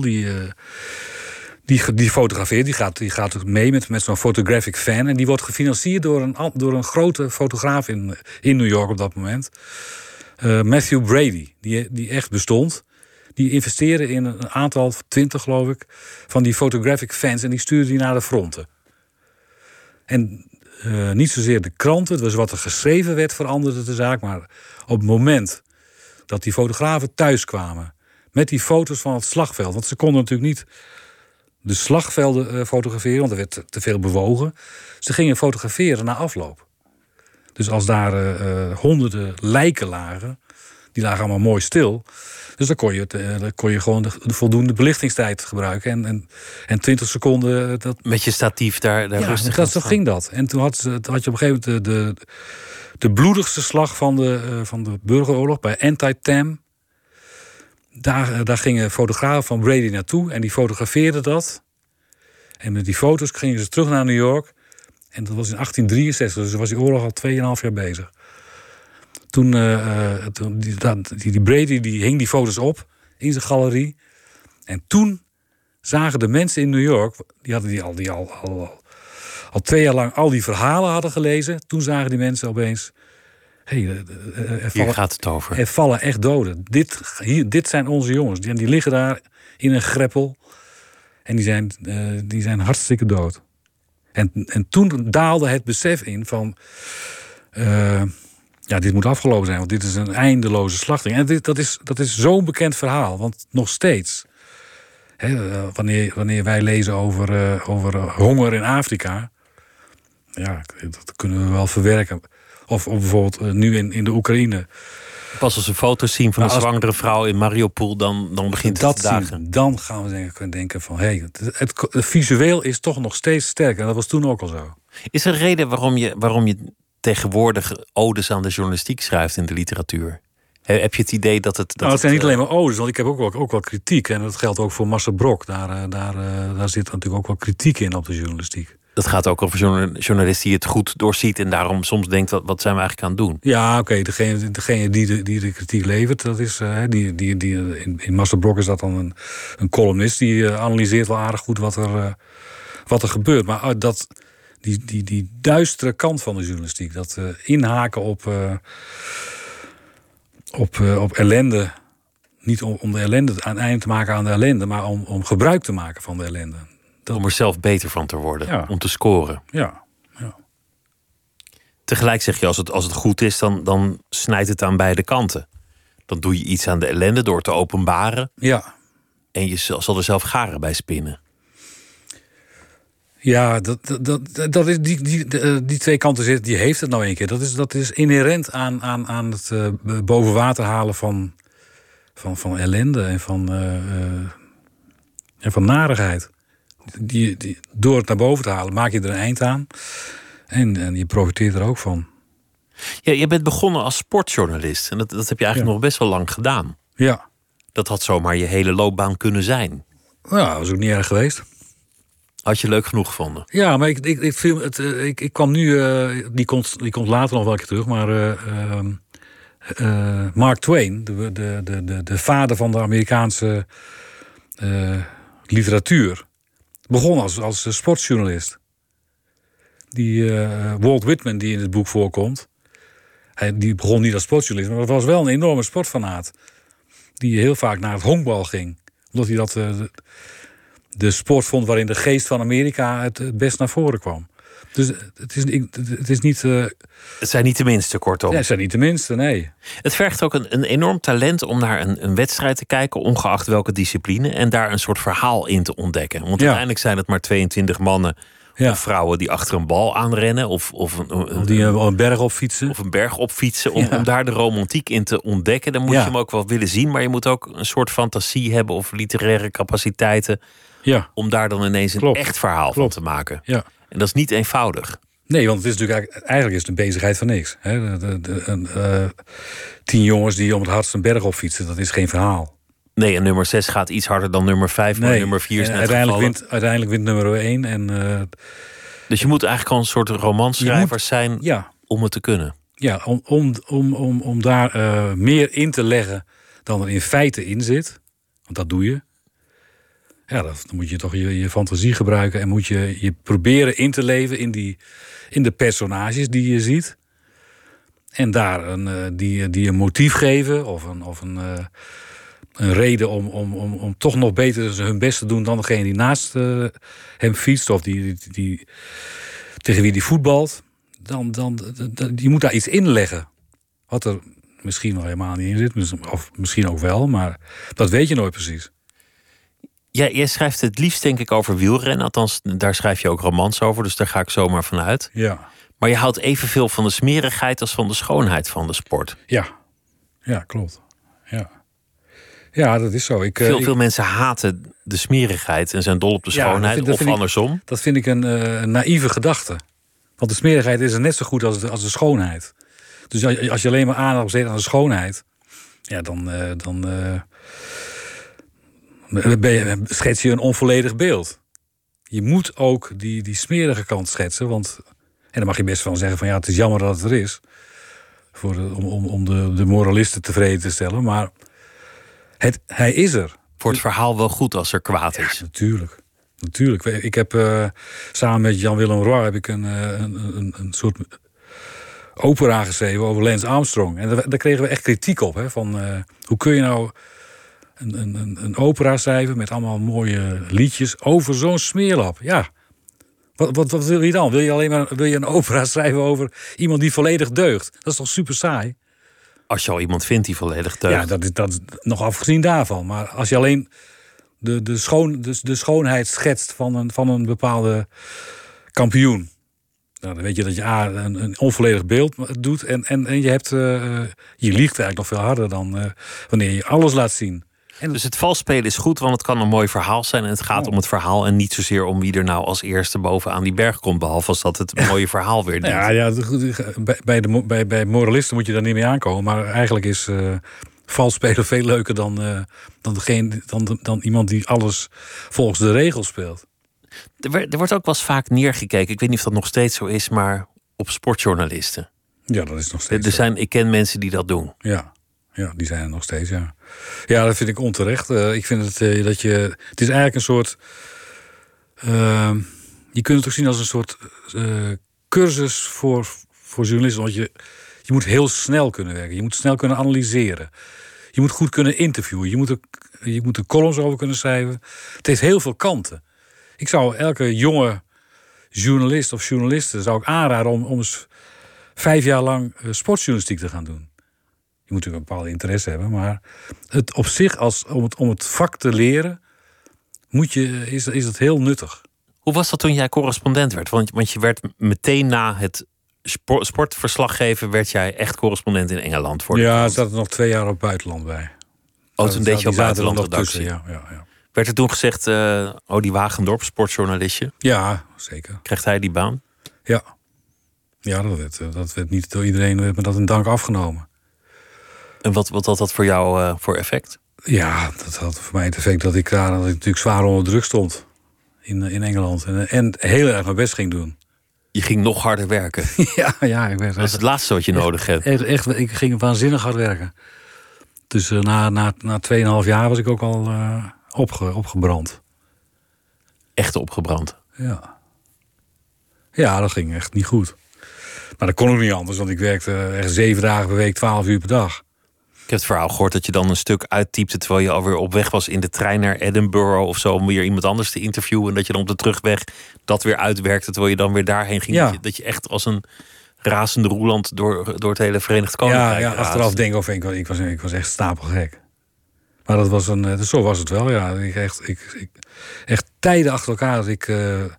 Die fotografeert, die gaat mee met zo'n photographic fan. En die wordt gefinancierd door een grote fotograaf in New York op dat moment. Matthew Brady, die echt bestond. Die investeerde in een aantal, 20 geloof ik, van die photographic fans. En die stuurde die naar de fronten. En niet zozeer de kranten, het was wat er geschreven werd, veranderde de zaak. Maar op het moment dat die fotografen thuis kwamen met die foto's van het slagveld. Want ze konden natuurlijk niet de slagvelden fotograferen, want er werd te veel bewogen. Ze gingen fotograferen na afloop. Dus als daar honderden lijken lagen, die lagen allemaal mooi stil. Dus dan kon je gewoon de voldoende belichtingstijd gebruiken. En 20 seconden... Met je statief daar rustig aan. Zo ging dat. En toen had je op een gegeven moment de bloedigste slag van de burgeroorlog bij Antietam. Daar gingen fotografen van Brady naartoe en die fotografeerden dat. En met die foto's gingen ze terug naar New York. En dat was in 1863, dus was die oorlog al 2,5 jaar bezig. Toen die Brady die hing die foto's op in zijn galerie. En toen zagen de mensen in New York, die al 2 jaar lang al die verhalen hadden gelezen. Toen zagen die mensen opeens, hier gaat het over. Er vallen echt doden. Dit zijn onze jongens. Die liggen daar in een greppel. En die zijn hartstikke dood. En toen daalde het besef in van... dit moet afgelopen zijn, want dit is een eindeloze slachting. En dat is zo'n bekend verhaal. Want nog steeds, wanneer wij lezen over honger in Afrika... ja, dat kunnen we wel verwerken. Of bijvoorbeeld nu in de Oekraïne. Pas als we foto's zien van een zwangere vrouw in Mariupol, dan begint het te dagen. Dan gaan we denken van, het visueel is toch nog steeds sterk. En dat was toen ook al zo. Is er een reden waarom je tegenwoordig odes aan de journalistiek schrijft in de literatuur? Heb je het idee dat het... het zijn niet alleen maar odes, want ik heb ook wel kritiek. En dat geldt ook voor Marcel Brok. Daar zit natuurlijk ook wel kritiek in op de journalistiek. Dat gaat ook over journalist die het goed doorziet en daarom soms denkt, wat zijn we eigenlijk aan het doen? Ja, oké. Degene die de kritiek levert, dat is in Marcel Brok is dat dan een columnist die analyseert wel aardig goed wat er gebeurt. Maar die duistere kant van de journalistiek, dat inhaken op ellende, niet om de ellende een einde te maken aan de ellende, maar om gebruik te maken van de ellende. Om er zelf beter van te worden, om te scoren. Ja. Tegelijk zeg je, als het goed is, dan snijdt het aan beide kanten. Dan doe je iets aan de ellende door te openbaren. Ja. En je zal er zelf garen bij spinnen. Ja, dat is die twee kanten die heeft het nou een keer. Dat is inherent aan het boven water halen van ellende en van narigheid. Door het naar boven te halen, maak je er een eind aan. En je profiteert er ook van. Ja, je bent begonnen als sportjournalist. En dat heb je eigenlijk nog best wel lang gedaan. Ja. Dat had zomaar je hele loopbaan kunnen zijn. Nou, dat was ook niet erg geweest. Had je leuk genoeg gevonden? Ja, maar ik kwam nu... die komt later nog wel een keer terug, maar... Mark Twain, de vader van de Amerikaanse literatuur... begon als sportjournalist. Die Walt Whitman, die in het boek voorkomt... die begon niet als sportjournalist, maar dat was wel een enorme sportfanaat. Die heel vaak naar het honkbal ging. Omdat hij dat de sport vond waarin de geest van Amerika het best naar voren kwam. Dus het is niet... Het zijn niet de minste, kortom. Ja, het zijn niet de minste, nee. Het vergt ook een enorm talent om naar een wedstrijd te kijken, ongeacht welke discipline, en daar een soort verhaal in te ontdekken. Want uiteindelijk zijn het maar 22 mannen of vrouwen die achter een bal aanrennen. Of die een berg opfietsen. Of een berg opfietsen. Om daar de romantiek in te ontdekken. Dan moet je hem ook wel willen zien. Maar je moet ook een soort fantasie hebben of literaire capaciteiten. Ja. Om daar dan ineens een echt verhaal van te maken. Ja. En dat is niet eenvoudig. Nee, want het is natuurlijk eigenlijk is het een bezigheid van niks. 10 jongens die om het hardst een berg opfietsen, dat is geen verhaal. Nee, en nummer 6 gaat iets harder dan nummer 5, maar nummer 4 is net uiteindelijk wint nummer 1. Dus je moet eigenlijk al een soort romanschrijver zijn om het te kunnen. Ja, om daar meer in te leggen dan er in feite in zit. Want dat doe je. Ja, dan moet je toch je fantasie gebruiken en moet je proberen in te leven in de personages die je ziet. En daar die een motief geven of een reden om toch nog beter hun best te doen dan degene die naast hem fietst of die tegen wie die voetbalt. Je moet daar iets in leggen. Wat er misschien nog helemaal niet in zit, of misschien ook wel, maar dat weet je nooit precies. Ja, jij schrijft het liefst denk ik over wielrennen. Althans, daar schrijf je ook romans over, dus daar ga ik zomaar vanuit. Ja. Maar je houdt evenveel van de smerigheid als van de schoonheid van de sport. Ja, klopt. Ja, dat is zo. Veel mensen haten de smerigheid en zijn dol op de schoonheid, of andersom. Dat vind ik een naïeve gedachte. Want de smerigheid is er net zo goed als de schoonheid. Dus als je alleen maar aandacht besteedt aan de schoonheid, ja, dan schets je een onvolledig beeld. Je moet ook die smerige kant schetsen. Want, en dan mag je best van zeggen van het is jammer dat het er is. Om de moralisten tevreden te stellen. Maar hij is er. Voor het verhaal wel goed als er kwaad is. Ja, natuurlijk. Ik heb samen met Jan-Willem Roy heb ik een soort opera geschreven over Lance Armstrong. En daar kregen we echt kritiek op. Hè, van hoe kun je nou een opera schrijven met allemaal mooie liedjes over zo'n smeerlap? Ja. Wat wil je dan? Wil je een opera schrijven over iemand die volledig deugt? Dat is toch super saai? Als je al iemand vindt die volledig deugt. Ja, dat nog afgezien daarvan. Maar als je alleen de schoonheid schetst van een bepaalde kampioen, nou, dan weet je dat je een onvolledig beeld doet. En je liegt eigenlijk nog veel harder dan wanneer je alles laat zien. Dus het valspelen is goed, want het kan een mooi verhaal zijn. En het gaat om het verhaal en niet zozeer om wie er nou als eerste bovenaan die berg komt. Behalve als dat het mooie verhaal weer doet. Bij moralisten moet je daar niet mee aankomen. Maar eigenlijk is valspelen veel leuker dan iemand die alles volgens de regels speelt. Er wordt ook wel eens vaak neergekeken. Ik weet niet of dat nog steeds zo is, maar op sportjournalisten. Ja, dat is nog steeds zo. Ik ken mensen die dat doen. Ja, die zijn er nog steeds, ja. Ja, dat vind ik onterecht. Ik vind het het is eigenlijk een soort. Je kunt het ook zien als een soort cursus voor journalisten. Want je moet heel snel kunnen werken. Je moet snel kunnen analyseren. Je moet goed kunnen interviewen. Je moet er columns over kunnen schrijven. Het heeft heel veel kanten. Ik zou elke jonge journalist of journaliste zou ik aanraden om eens 5 jaar lang sportjournalistiek te gaan doen. Je moet natuurlijk een bepaalde interesse hebben, maar het op zich, om het vak te leren, is het heel nuttig. Hoe was dat toen jij correspondent werd? Want je werd meteen na het sportverslaggeven werd jij echt correspondent in Engeland. Er zat er nog 2 jaar op buitenland bij. Toen deed je op buitenlandredactie. Ja. Werd er toen gezegd, die Wagendorp, sportjournalistje? Ja, zeker. Krijgt hij die baan? Ja. Ja, dat werd niet door iedereen, werd me dat in dank afgenomen. En wat had dat voor jou voor effect? Ja, dat had voor mij het effect dat ik natuurlijk zwaar onder druk stond in Engeland. En heel erg mijn best ging doen. Je ging nog harder werken? Ja. Dat is het laatste wat je nodig hebt. Echt, ik ging waanzinnig hard werken. Dus na 2,5 jaar was ik ook al opgebrand. Echt opgebrand? Ja. Ja, dat ging echt niet goed. Maar dat kon ook niet anders, want ik werkte echt 7 dagen per week, 12 uur per dag. Ik heb het verhaal gehoord dat je dan een stuk uittypte terwijl je alweer op weg was in de trein naar Edinburgh of zo om weer iemand anders te interviewen. En dat je dan op de terugweg dat weer uitwerkte terwijl je dan weer daarheen ging. Ja. Dat je echt als een razende roeland door het hele Verenigd Koninkrijk Ja, achteraf denk ik ik was echt stapelgek. Maar dat was zo was het wel, ja. Echt tijden achter elkaar dat ik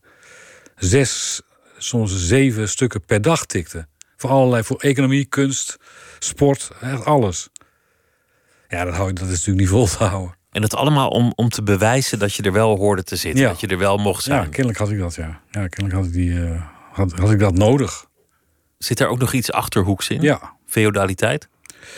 6, soms 7 stukken per dag tikte. Voor economie, kunst, sport, echt alles. Ja, dat is natuurlijk niet vol te houden. En dat allemaal om te bewijzen dat je er wel hoorde te zitten. Ja. Dat je er wel mocht zijn. Ja, kennelijk had ik dat, ja. Ja, kennelijk had ik dat nodig. Zit er ook nog iets Achterhoeks in? Ja. Feodaliteit?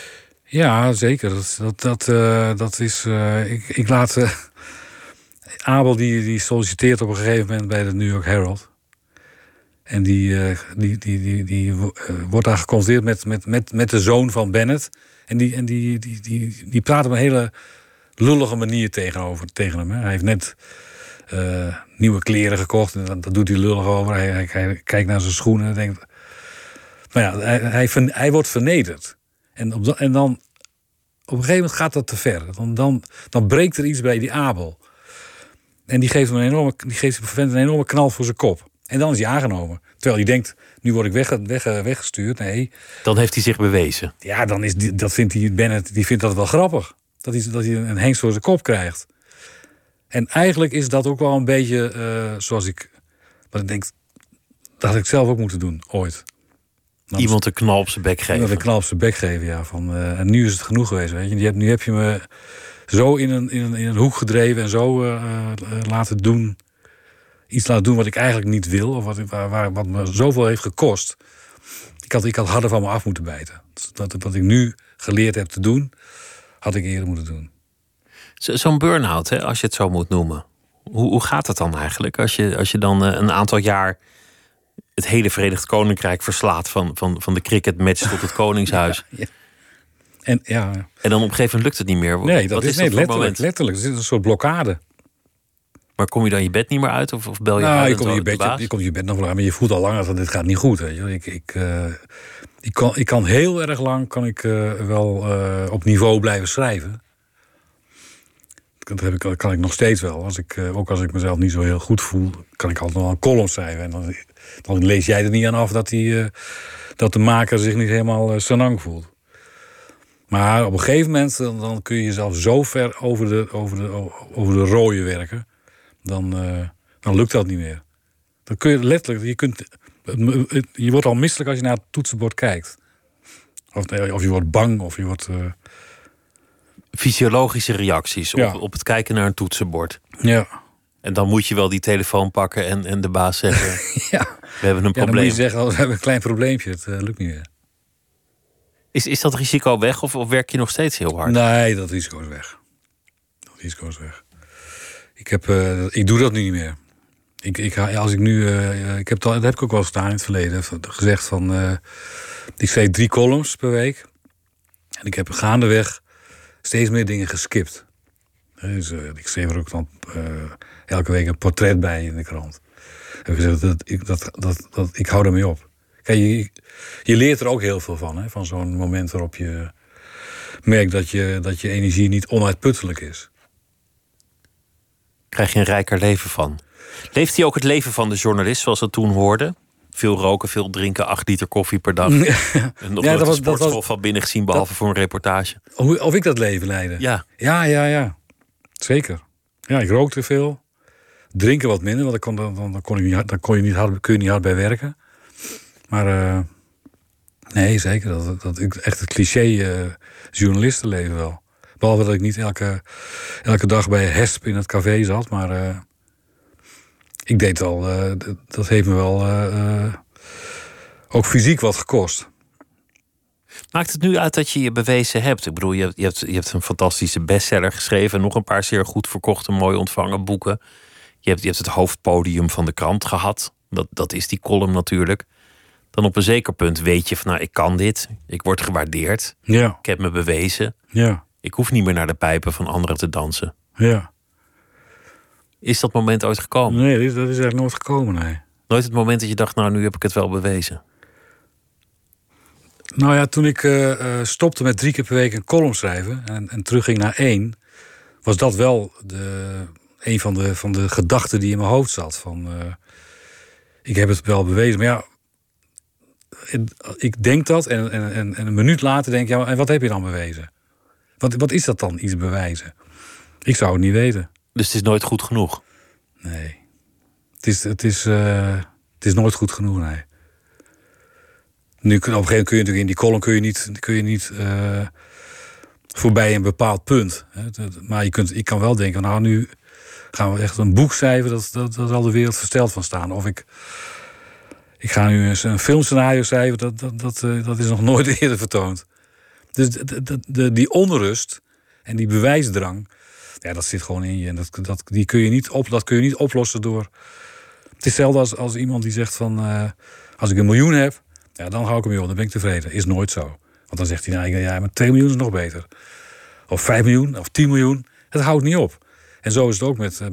Ja, zeker. Dat is... Ik laat... Abel die solliciteert op een gegeven moment bij de New York Herald. En die wordt daar geconfronteerd met de zoon van Bennett. En die praat op een hele lullige manier tegen hem. Hè. Hij heeft net nieuwe kleren gekocht. En dat doet hij lullig over. Hij kijkt naar zijn schoenen en denkt... Maar ja, hij wordt vernederd. En dan... Op een gegeven moment gaat dat te ver. Dan breekt er iets bij die Abel. En die geeft hem een enorme knal voor zijn kop. En dan is hij aangenomen. Terwijl hij denkt, nu word ik weggestuurd. Nee. Dan heeft hij zich bewezen. Ja, dat vindt hij, Bennett, die vindt dat wel grappig. Dat hij een hengst voor zijn kop krijgt. En eigenlijk is dat ook wel een beetje zoals wat ik denk, dat had ik zelf ook moeten doen, ooit. Iemand een knal op zijn bek geven. Iemand een knal op zijn bek geven, ja. En nu is het genoeg geweest, weet je. Nu heb je me zo in een hoek gedreven en zo laten doen. Iets laten doen wat ik eigenlijk niet wil. Of wat me zoveel heeft gekost. Ik had harder van me af moeten bijten. Wat ik nu geleerd heb te doen, had ik eerder moeten doen. Zo'n burn-out, hè, als je het zo moet noemen. Hoe gaat het dan eigenlijk? Als je dan een aantal jaar het hele Verenigd Koninkrijk verslaat... van de cricketmatch tot het Koningshuis. Ja. En dan op een gegeven moment lukt het niet meer. Nee, dat is letterlijk. Het is een soort blokkade. Maar kom je dan je bed niet meer uit? Of bel je je komt je bed nog wel aan, maar je voelt al langer dat dit gaat niet goed. Weet je. Ik kan heel erg lang wel op niveau blijven schrijven. Dat kan ik nog steeds wel. Ook als ik mezelf niet zo heel goed voel, kan ik altijd nog een column schrijven. En dan lees jij er niet aan af dat de maker zich niet helemaal senang voelt. Maar op een gegeven moment dan kun je jezelf zo ver over de rooien werken. Dan lukt dat niet meer. Dan kun je letterlijk... Je wordt al misselijk als je naar het toetsenbord kijkt. Of je wordt bang, of je wordt... Fysiologische reacties op het kijken naar een toetsenbord. Ja. En dan moet je wel die telefoon pakken en de baas zeggen... Ja. We hebben een probleem. Dan moet je zeggen, we hebben een klein probleempje. Het lukt niet meer. Is dat risico weg of werk je nog steeds heel hard? Nee, dat risico is weg. Ik doe dat nu niet meer. Dat heb ik ook wel gedaan in het verleden. Gezegd van... ik schreef 3 columns per week. En ik heb gaandeweg steeds meer dingen geskipt. Dus, ik schreef er ook dan elke week een portret bij in de krant. Heb ik gezegd, ik hou ermee op. Kijk, je leert er ook heel veel van. Hè? Van zo'n moment waarop je merkt dat je energie niet onuitputtelijk is. Krijg je een rijker leven van. Leeft hij ook het leven van de journalist zoals we toen hoorden? Veel roken, veel drinken, 8 liter koffie per dag. En nog nooit de sportschool van binnen gezien, behalve voor een reportage. Of ik dat leven leidde? Ja. Ja. Zeker. Ja, ik rookte veel. Drinken wat minder, want dan kun je niet hard bij werken. Maar nee, zeker. Dat ik echt het cliché journalistenleven wel. Behalve dat ik niet elke dag bij Hesp in het café zat. Maar ik deed wel... dat heeft me wel ook fysiek wat gekost. Maakt het nu uit dat je je bewezen hebt? Ik bedoel, je hebt een fantastische bestseller geschreven... en nog een paar zeer goed verkochte, mooi ontvangen boeken. Je hebt het hoofdpodium van de krant gehad. Dat is die column natuurlijk. Dan op een zeker punt weet je van... ik kan dit, ik word gewaardeerd. Ja. Ik heb me bewezen. Ja. Ik hoef niet meer naar de pijpen van anderen te dansen. Ja. Is dat moment ooit gekomen? Nee, dat is eigenlijk nooit gekomen, nee. Nooit het moment dat je dacht, nu heb ik het wel bewezen? Nou ja, toen ik stopte met 3 keer per week een column schrijven... en terugging naar 1... was dat wel een van de gedachten die in mijn hoofd zat. Van, ik heb het wel bewezen, maar ja... Ik denk dat en een minuut later denk ik... en wat heb je dan bewezen? Wat is dat dan, iets bewijzen? Ik zou het niet weten. Dus het is nooit goed genoeg? Nee. Het is nooit goed genoeg, nee. Nu, op een gegeven moment kun je natuurlijk in die column... kun je niet voorbij een bepaald punt. Hè. Maar ik kan wel denken... nu gaan we echt een boek schrijven... dat zal de wereld versteld van staan. Of ik ga nu eens een filmscenario schrijven... dat is nog nooit eerder vertoond. Dus die onrust en die bewijsdrang, ja, dat zit gewoon in je. En dat kun je niet oplossen door... Het is hetzelfde als iemand die zegt van... als ik 1 miljoen heb, ja, dan hou ik hem op. Dan ben ik tevreden. Is nooit zo. Want dan zegt hij, nou, ja, maar 2 miljoen is nog beter. Of 5 miljoen, of 10 miljoen. Het houdt niet op. En zo is het ook met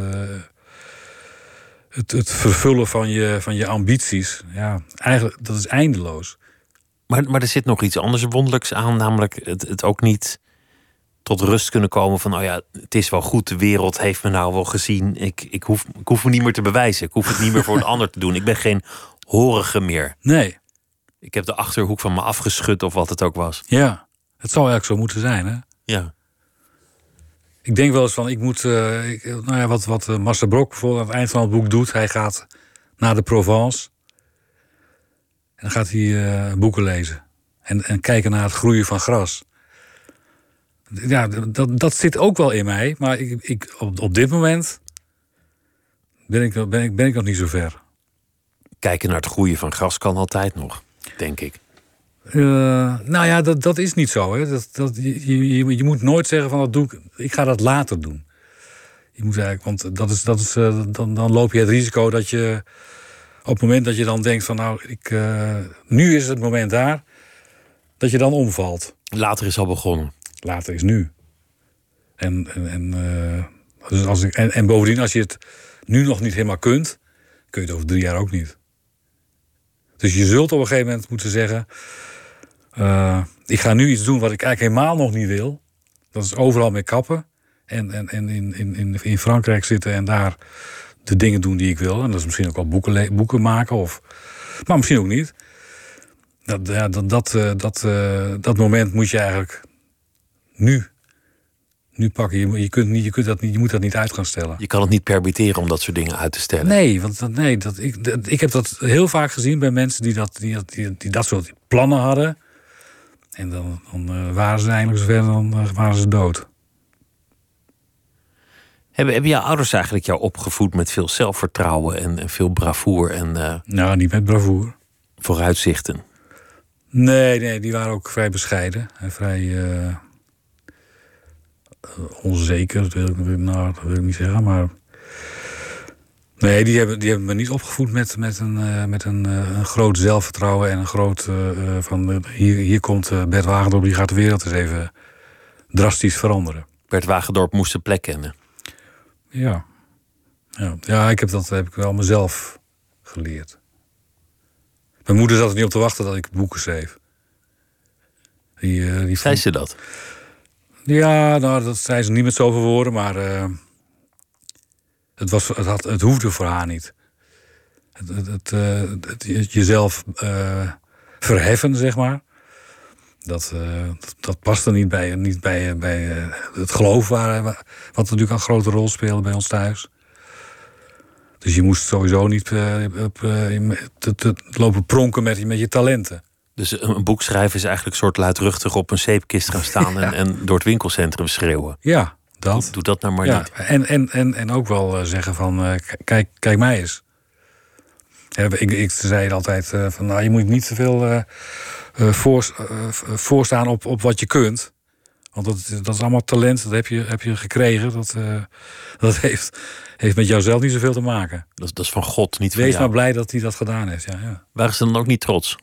het vervullen van je ambities. Ja, eigenlijk, dat is eindeloos. Maar er zit nog iets anders wonderlijks aan. Namelijk het ook niet tot rust kunnen komen van... oh ja, het is wel goed, de wereld heeft me nou wel gezien. Ik hoef me niet meer te bewijzen. Ik hoef het niet meer voor een ander te doen. Ik ben geen horige meer. Nee. Ik heb de achterhoek van me afgeschud of wat het ook was. Ja, het zou eigenlijk zo moeten zijn, hè? Ja. Ik denk wel eens van, ik moet... wat Marcel Brok bijvoorbeeld aan het eind van het boek doet... hij gaat naar de Provence... en dan gaat hij boeken lezen. En kijken naar het groeien van gras. Ja, dat zit ook wel in mij. Maar op dit moment... ben ik nog niet zo ver. Kijken naar het groeien van gras kan altijd nog, denk ik. Nou ja, dat is niet zo. Hè. Je moet nooit zeggen van, ik ga dat later doen. Je moet eigenlijk, want dan loop je het risico dat je... op het moment dat je dan denkt van, nou, nu is het moment daar... dat je dan omvalt. Later is al begonnen. Later is nu. En bovendien, als je het nu nog niet helemaal kunt... kun je het over 3 jaar ook niet. Dus je zult op een gegeven moment moeten zeggen... ik ga nu iets doen wat ik eigenlijk helemaal nog niet wil. Dat is overal mee kappen. En in Frankrijk zitten en daar de dingen doen die ik wil. En dat is misschien ook wel boeken maken. Maar misschien ook niet. Dat moment moet je eigenlijk nu pakken. Je moet dat niet uit gaan stellen. Je kan het niet permitteren om dat soort dingen uit te stellen. Nee, ik heb dat heel vaak gezien bij mensen die dat soort plannen hadden. En dan waren ze eindelijk zover en dan waren ze dood. Hebben jouw ouders eigenlijk jou opgevoed met veel zelfvertrouwen en veel bravoure? Nou, niet met bravoure. Vooruitzichten? Nee, die waren ook vrij bescheiden. En vrij onzeker, dat wil ik niet zeggen. Maar nee, die hebben me niet opgevoed met een groot zelfvertrouwen... en een groot hier komt Bert Wagendorp, die gaat de wereld eens even drastisch veranderen. Bert Wagendorp moest zijn plek kennen. Ja, heb ik wel mezelf geleerd. Mijn moeder zat er niet op te wachten dat ik boeken schreef. Zei ze dat? Ja, nou, dat zei ze niet met zoveel woorden, maar het hoefde voor haar niet. Jezelf verheffen, zeg maar. Dat paste niet bij het geloof, wat natuurlijk een grote rol speelde bij ons thuis. Dus je moest sowieso niet lopen pronken met je talenten. Dus een boek schrijven is eigenlijk een soort luidruchtig op een zeepkist gaan staan... Ja. en door het winkelcentrum schreeuwen. Ja, dat. Doe dat nou maar niet. En ook wel zeggen van, kijk mij eens. Ik zei altijd van, nou, je moet niet te veel voorstaan op wat je kunt. Want dat is allemaal talent, dat heb je gekregen. Dat heeft met jouzelf niet zoveel te maken. Dat is van God, niet van Wees jou. maar blij dat hij dat gedaan heeft. Ja. Waren ze dan ook niet trots?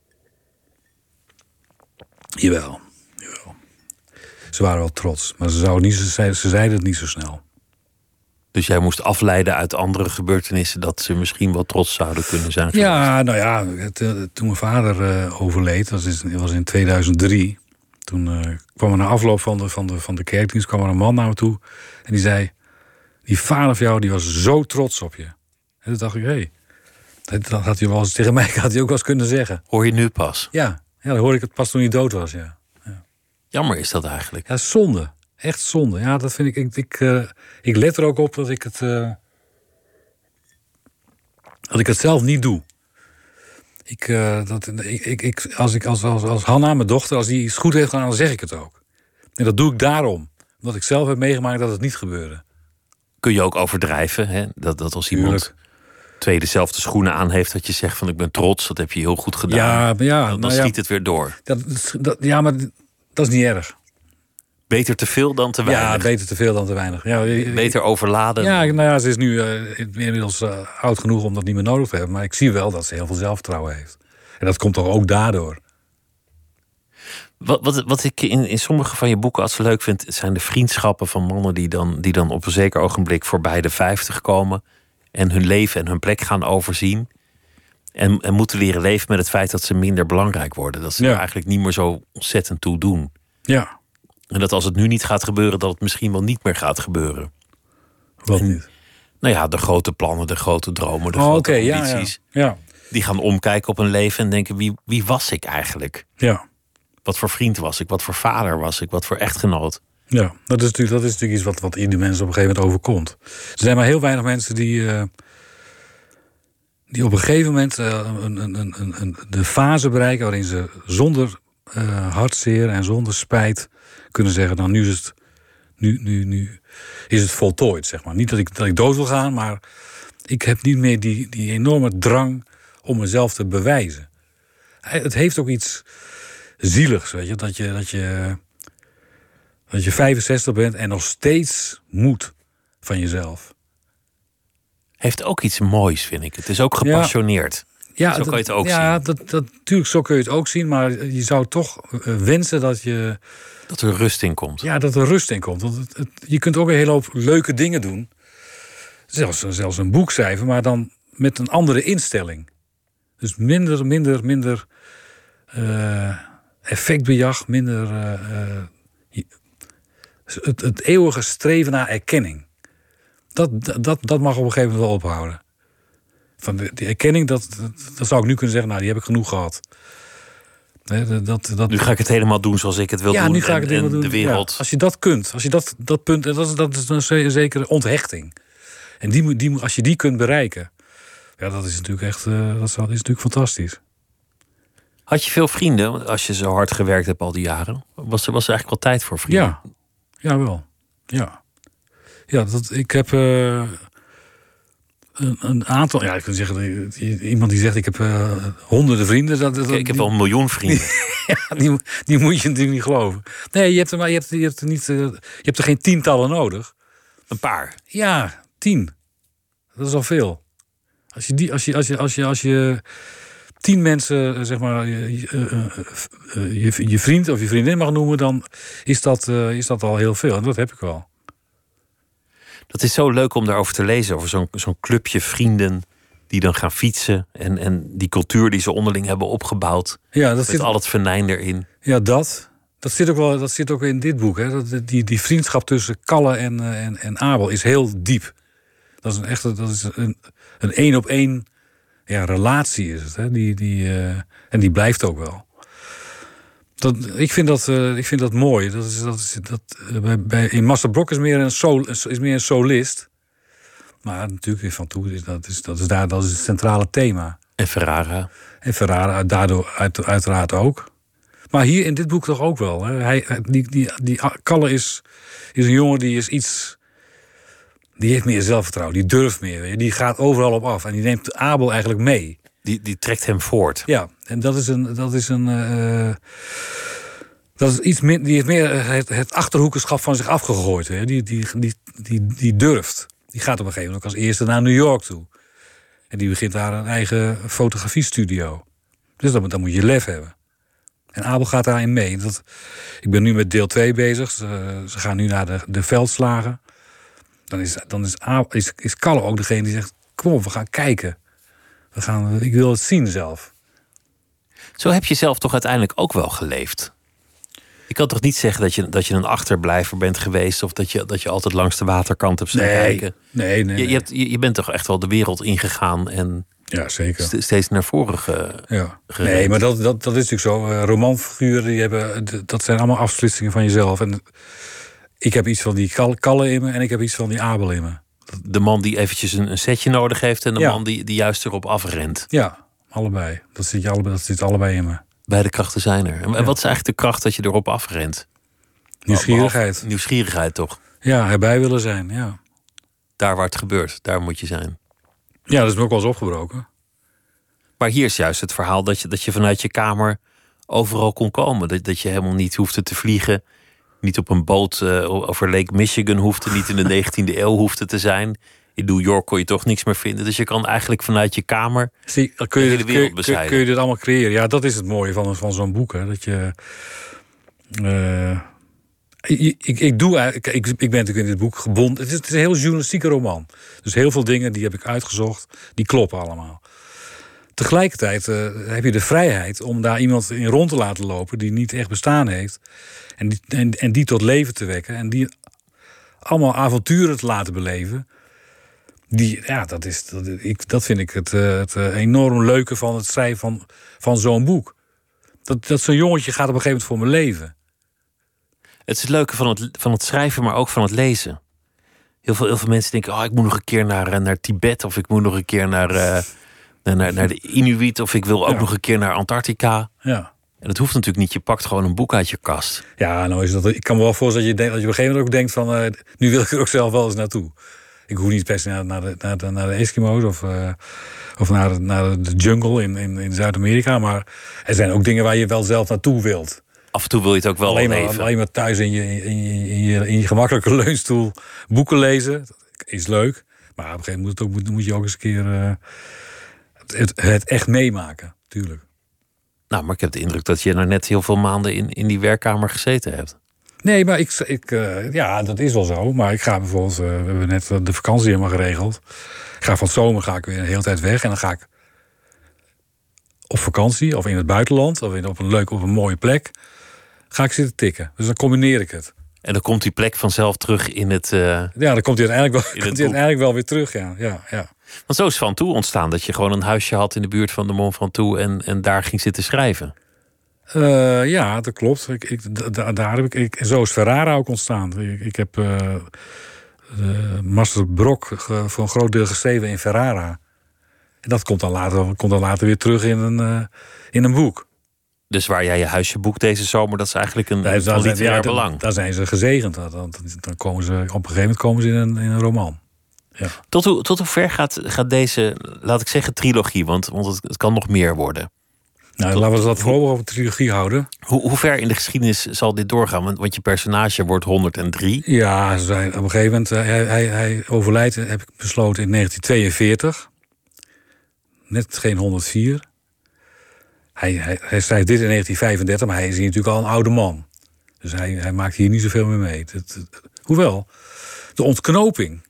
Jawel. Ze waren wel trots, maar ze zeiden het niet zo snel. Dus jij moest afleiden uit andere gebeurtenissen... dat ze misschien wel trots zouden kunnen zijn geweest. Ja, nou ja, toen mijn vader overleed, dat was in 2003... toen kwam er na afloop van de kerkdienst kwam er een man naar me toe... en die zei, die vader van jou die was zo trots op je. En toen dacht ik, dat had hij wel eens tegen mij had hij ook wel eens kunnen zeggen. Hoor je nu pas? Ja, dan hoorde ik het pas toen hij dood was, ja. Jammer is dat eigenlijk. Ja, zonde. Echt zonde. Ja, dat vind ik let er ook op dat ik het zelf niet doe. Als Hanna, mijn dochter, als die iets goed heeft gedaan, dan zeg ik het ook. En dat doe ik daarom. Omdat ik zelf heb meegemaakt dat het niet gebeurde. Kun je ook overdrijven, hè? Dat als iemand 2 dezelfde schoenen aan heeft... dat je zegt van ik ben trots, dat heb je heel goed gedaan. Ja, dan schiet het weer door. Maar Dat is niet erg. Beter te veel dan te weinig. Ja, beter te veel dan te weinig. Ja, beter overladen. Ja, nou ja, ze is nu inmiddels oud genoeg om dat niet meer nodig te hebben. Maar ik zie wel dat ze heel veel zelfvertrouwen heeft. En dat komt toch ook daardoor. Wat ik in sommige van je boeken als leuk vind, zijn de vriendschappen van mannen die dan op een zeker ogenblik voorbij de 50 komen en hun leven en hun plek gaan overzien. En moeten leren leven met het feit dat ze minder belangrijk worden. Dat ze er eigenlijk niet meer zo ontzettend toe doen. Ja. En dat als het nu niet gaat gebeuren, dat het misschien wel niet meer gaat gebeuren. Wat niet? Nou ja, de grote plannen, de grote dromen, de grote ambities. Ja. Die gaan omkijken op hun leven en denken, wie was ik eigenlijk? Ja. Wat voor vriend was ik? Wat voor vader was ik? Wat voor echtgenoot? Ja, dat is natuurlijk iets wat ieder mens op een gegeven moment overkomt. Er zijn maar heel weinig mensen die op een gegeven moment de fase bereiken waarin ze zonder hartzeer en zonder spijt kunnen zeggen, nou nu is het voltooid, zeg maar. Niet dat ik dood wil gaan, maar ik heb niet meer die enorme drang om mezelf te bewijzen. Het heeft ook iets zieligs, weet je, dat je 65 bent en nog steeds moet van jezelf. Heeft ook iets moois, vind ik. Het is ook gepassioneerd. Ja, zo kan je het ook zien. Ja, natuurlijk, zo kun je het ook zien. Maar je zou toch wensen dat je... Dat er rust in komt. Ja, dat er rust in komt. Want je kunt ook een hele hoop leuke dingen doen. Zelfs een boek schrijven, maar dan met een andere instelling. Dus minder effectbejag, minder... Het eeuwige streven naar erkenning. Dat mag op een gegeven moment wel ophouden. Van die erkenning, dat zou ik nu kunnen zeggen, nou, die heb ik genoeg gehad. Nu ga ik het helemaal doen zoals ik het wil doen. Ja, nu ga ik het helemaal doen. De wereld. Ja, als je dat kunt, als je dat punt, dat is een zekere onthechting. En als je die kunt bereiken, ja, dat is natuurlijk echt, dat is natuurlijk fantastisch. Had je veel vrienden als je zo hard gewerkt hebt al die jaren? Was er eigenlijk wel tijd voor vrienden? Ja, wel. Ja, ik heb een aantal... Ja, ik kan zeggen, iemand die zegt, ik heb honderden vrienden. Ik heb wel 1 miljoen vrienden. Ja, die moet je natuurlijk niet geloven. Nee, je hebt er geen tientallen nodig. Een paar? Ja, 10. Dat is al veel. Als je 10 mensen, zeg maar, je vriend of je vriendin mag noemen, dan is dat al heel veel. En dat heb ik wel. Dat is zo leuk om daarover te lezen. Over zo'n clubje vrienden die dan gaan fietsen. En die cultuur die ze onderling hebben opgebouwd. Ja, met al het venijn erin. Ja, dat zit ook in dit boek. Hè. Die vriendschap tussen Kalle en Abel is heel diep. Dat is een 1-op-1 relatie is het. Hè. En die blijft ook wel. Ik vind dat mooi. In Marcel Brok is meer een solist. Maar natuurlijk Van Toe, dat is het centrale thema. En Ferrara. Daardoor uiteraard ook. Maar hier in dit boek toch ook wel. Hè. Die Kalle is een jongen die is iets... Die heeft meer zelfvertrouwen, die durft meer. Die gaat overal op af en die neemt Abel eigenlijk mee. Die trekt hem voort. Ja, en dat is iets meer. Die heeft meer het achterhoekenschap van zich afgegooid. Hè. Die durft. Die gaat op een gegeven moment ook als eerste naar New York toe. En die begint daar een eigen fotografiestudio. Dus dan moet je lef hebben. En Abel gaat daarin mee. Ik ben nu met deel 2 bezig. Ze gaan nu naar de veldslagen. Dan is Kalle ook degene die zegt, kom op, we gaan kijken. Ik wil het zien zelf. Zo heb je zelf toch uiteindelijk ook wel geleefd? Ik kan toch niet zeggen dat je een achterblijver bent geweest... of dat je altijd langs de waterkant hebt staan kijken? Nee. Je bent toch echt wel de wereld ingegaan en ja, zeker. Steeds naar voren gereden? Nee, maar dat is natuurlijk zo. Romanfiguren, dat zijn allemaal afsplitsingen van jezelf. En ik heb iets van die Kalle in me en ik heb iets van die Abel in me. De man die eventjes een setje nodig heeft... en de man die juist erop afrent. Ja, allebei. Dat zit allebei in me. Beide krachten zijn er. En wat is eigenlijk de kracht dat je erop afrent? Nieuwsgierigheid. Nieuwsgierigheid, toch? Ja, erbij willen zijn, ja. Daar waar het gebeurt, daar moet je zijn. Ja, dat is me ook wel eens opgebroken. Maar hier is juist het verhaal dat je vanuit je kamer... overal kon komen. Dat je helemaal niet hoefde te vliegen. Niet op een boot over Lake Michigan hoefde. Niet in de 19e eeuw hoefde te zijn. In New York kon je toch niks meer vinden. Dus je kan eigenlijk vanuit je kamer de hele wereld bezeilen. Kun je dit allemaal creëren? Ja, dat is het mooie van zo'n boek. Hè? Dat je... Ik ben natuurlijk in dit boek gebonden. Het is een heel journalistieke roman. Dus heel veel dingen die heb ik uitgezocht. Die kloppen allemaal. Tegelijkertijd heb je de vrijheid om daar iemand in rond te laten lopen die niet echt bestaan heeft. En die tot leven te wekken. En die allemaal avonturen te laten beleven. Dat vind ik het enorm leuke van het schrijven van zo'n boek. Dat zo'n jongetje gaat op een gegeven moment voor me leven. Het is het leuke van het schrijven, maar ook van het lezen. Heel veel mensen denken, ik moet nog een keer naar Tibet. Of ik moet nog een keer naar de Inuit. Of ik wil ook nog een keer naar Antarctica. Ja. En dat hoeft natuurlijk niet. Je pakt gewoon een boek uit je kast. Ja, nou is dat. Ik kan me wel voorstellen dat je op een gegeven moment ook denkt van... nu wil ik er ook zelf wel eens naartoe. Ik hoef niet per se naar de Eskimo's of naar de jungle in Zuid-Amerika. Maar er zijn ook dingen waar je wel zelf naartoe wilt. Af en toe wil je het ook wel leven. Alleen maar thuis in je gemakkelijke leunstoel boeken lezen. Is leuk. Maar op een gegeven moment moet je ook eens een keer het echt meemaken. Tuurlijk. Nou, maar ik heb de indruk dat je net heel veel maanden in die werkkamer gezeten hebt. Nee, maar ja, dat is wel zo. Maar ik ga bijvoorbeeld, we hebben net de vakantie helemaal geregeld. Van het zomer weer een hele tijd weg. En dan ga ik op vakantie of in het buitenland. Of op een mooie plek. Ga ik zitten tikken. Dus dan combineer ik het. En dan komt die plek vanzelf terug in het... Ja, dan komt hij uiteindelijk wel weer terug. Ja. Want zo is Van Toe ontstaan. Dat je gewoon een huisje had in de buurt van de Mont Ventoux en daar ging zitten schrijven. Ja, dat klopt. Zo is Ferrara ook ontstaan. Ik heb Master Brok voor een groot deel geschreven in Ferrara. En dat komt dan later weer terug in een boek. Dus waar jij je huisje boekt deze zomer, dat is eigenlijk een literair belang. Daar zijn ze gezegend. Dan komen ze, op een gegeven moment komen ze in een roman. Ja. Tot hoe ver gaat deze, laat ik zeggen, trilogie? Want het kan nog meer worden. Nou, laten we dat vooral over trilogie houden. Hoe ver in de geschiedenis zal dit doorgaan? Want je personage wordt 103. Ja, op een gegeven moment... Hij overlijdt, heb ik besloten, in 1942. Net geen 104. Hij schrijft dit in 1935, maar hij is hier natuurlijk al een oude man. Dus hij maakt hier niet zoveel meer mee. Hoewel, de ontknoping...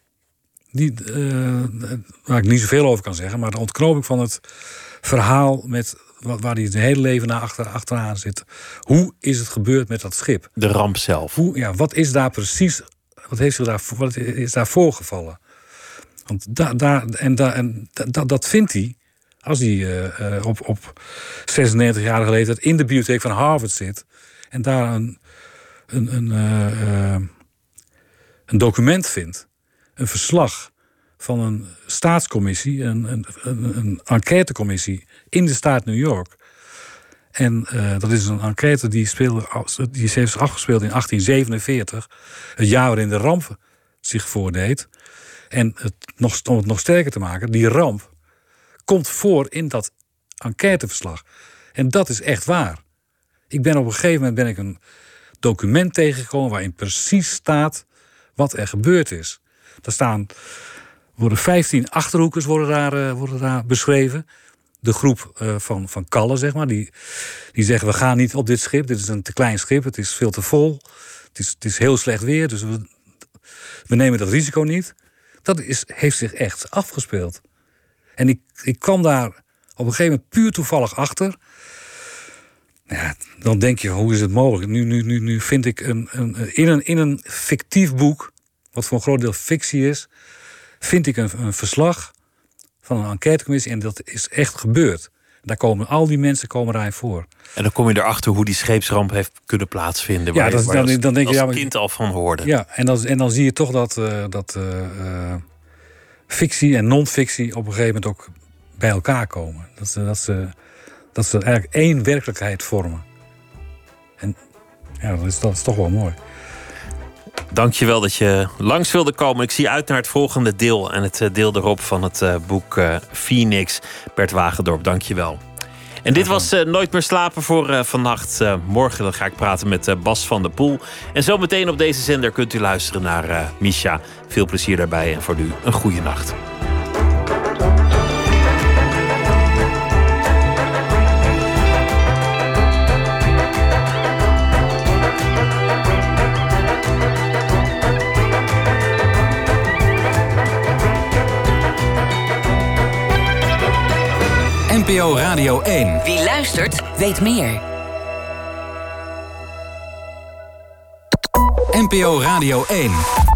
waar ik niet zoveel over kan zeggen... maar de ontknoping van het verhaal... waar hij het hele leven achteraan zit. Hoe is het gebeurd met dat schip? De ramp zelf. Wat is daar precies... Wat is daar voorgevallen? Want dat vindt hij... als hij op 96-jarige leeftijd... in de bibliotheek van Harvard zit... en daar een document vindt... een verslag van een staatscommissie... een enquêtecommissie in de staat New York. En dat is een enquête die heeft afgespeeld in 1847. Het jaar waarin de ramp zich voordeed. En om het nog sterker te maken, die ramp komt voor in dat enquêteverslag. En dat is echt waar. Op een gegeven moment een document tegengekomen... waarin precies staat wat er gebeurd is. Daar worden 15 achterhoekers worden daar beschreven. De groep van Kalle, zeg maar, die zeggen... we gaan niet op dit schip, dit is een te klein schip... het is veel te vol, het is heel slecht weer... dus we nemen dat risico niet. Dat heeft zich echt afgespeeld. En ik kwam daar op een gegeven moment puur toevallig achter. Ja, dan denk je, hoe is het mogelijk? Nu vind ik in een fictief boek... wat voor een groot deel fictie is... vind ik een verslag van een enquêtecommissie... en dat is echt gebeurd. Al die mensen komen daarin voor. En dan kom je erachter hoe die scheepsramp heeft kunnen plaatsvinden... waar dan denk je, als kind al van hoorde. Ja, en dan zie je toch dat fictie en non-fictie... op een gegeven moment ook bij elkaar komen. Dat ze eigenlijk één werkelijkheid vormen. En ja, dat is toch wel mooi. Dankjewel dat je langs wilde komen. Ik zie uit naar het volgende deel en het deel erop van het boek Phoenix. Bert Wagendorp, dankjewel. En dit was Nooit meer slapen voor vannacht. Morgen dan ga ik praten met Bas van der Poel. En zometeen op deze zender kunt u luisteren naar Misha. Veel plezier daarbij en voor nu een goede nacht. NPO Radio 1. Wie luistert, weet meer. NPO Radio 1.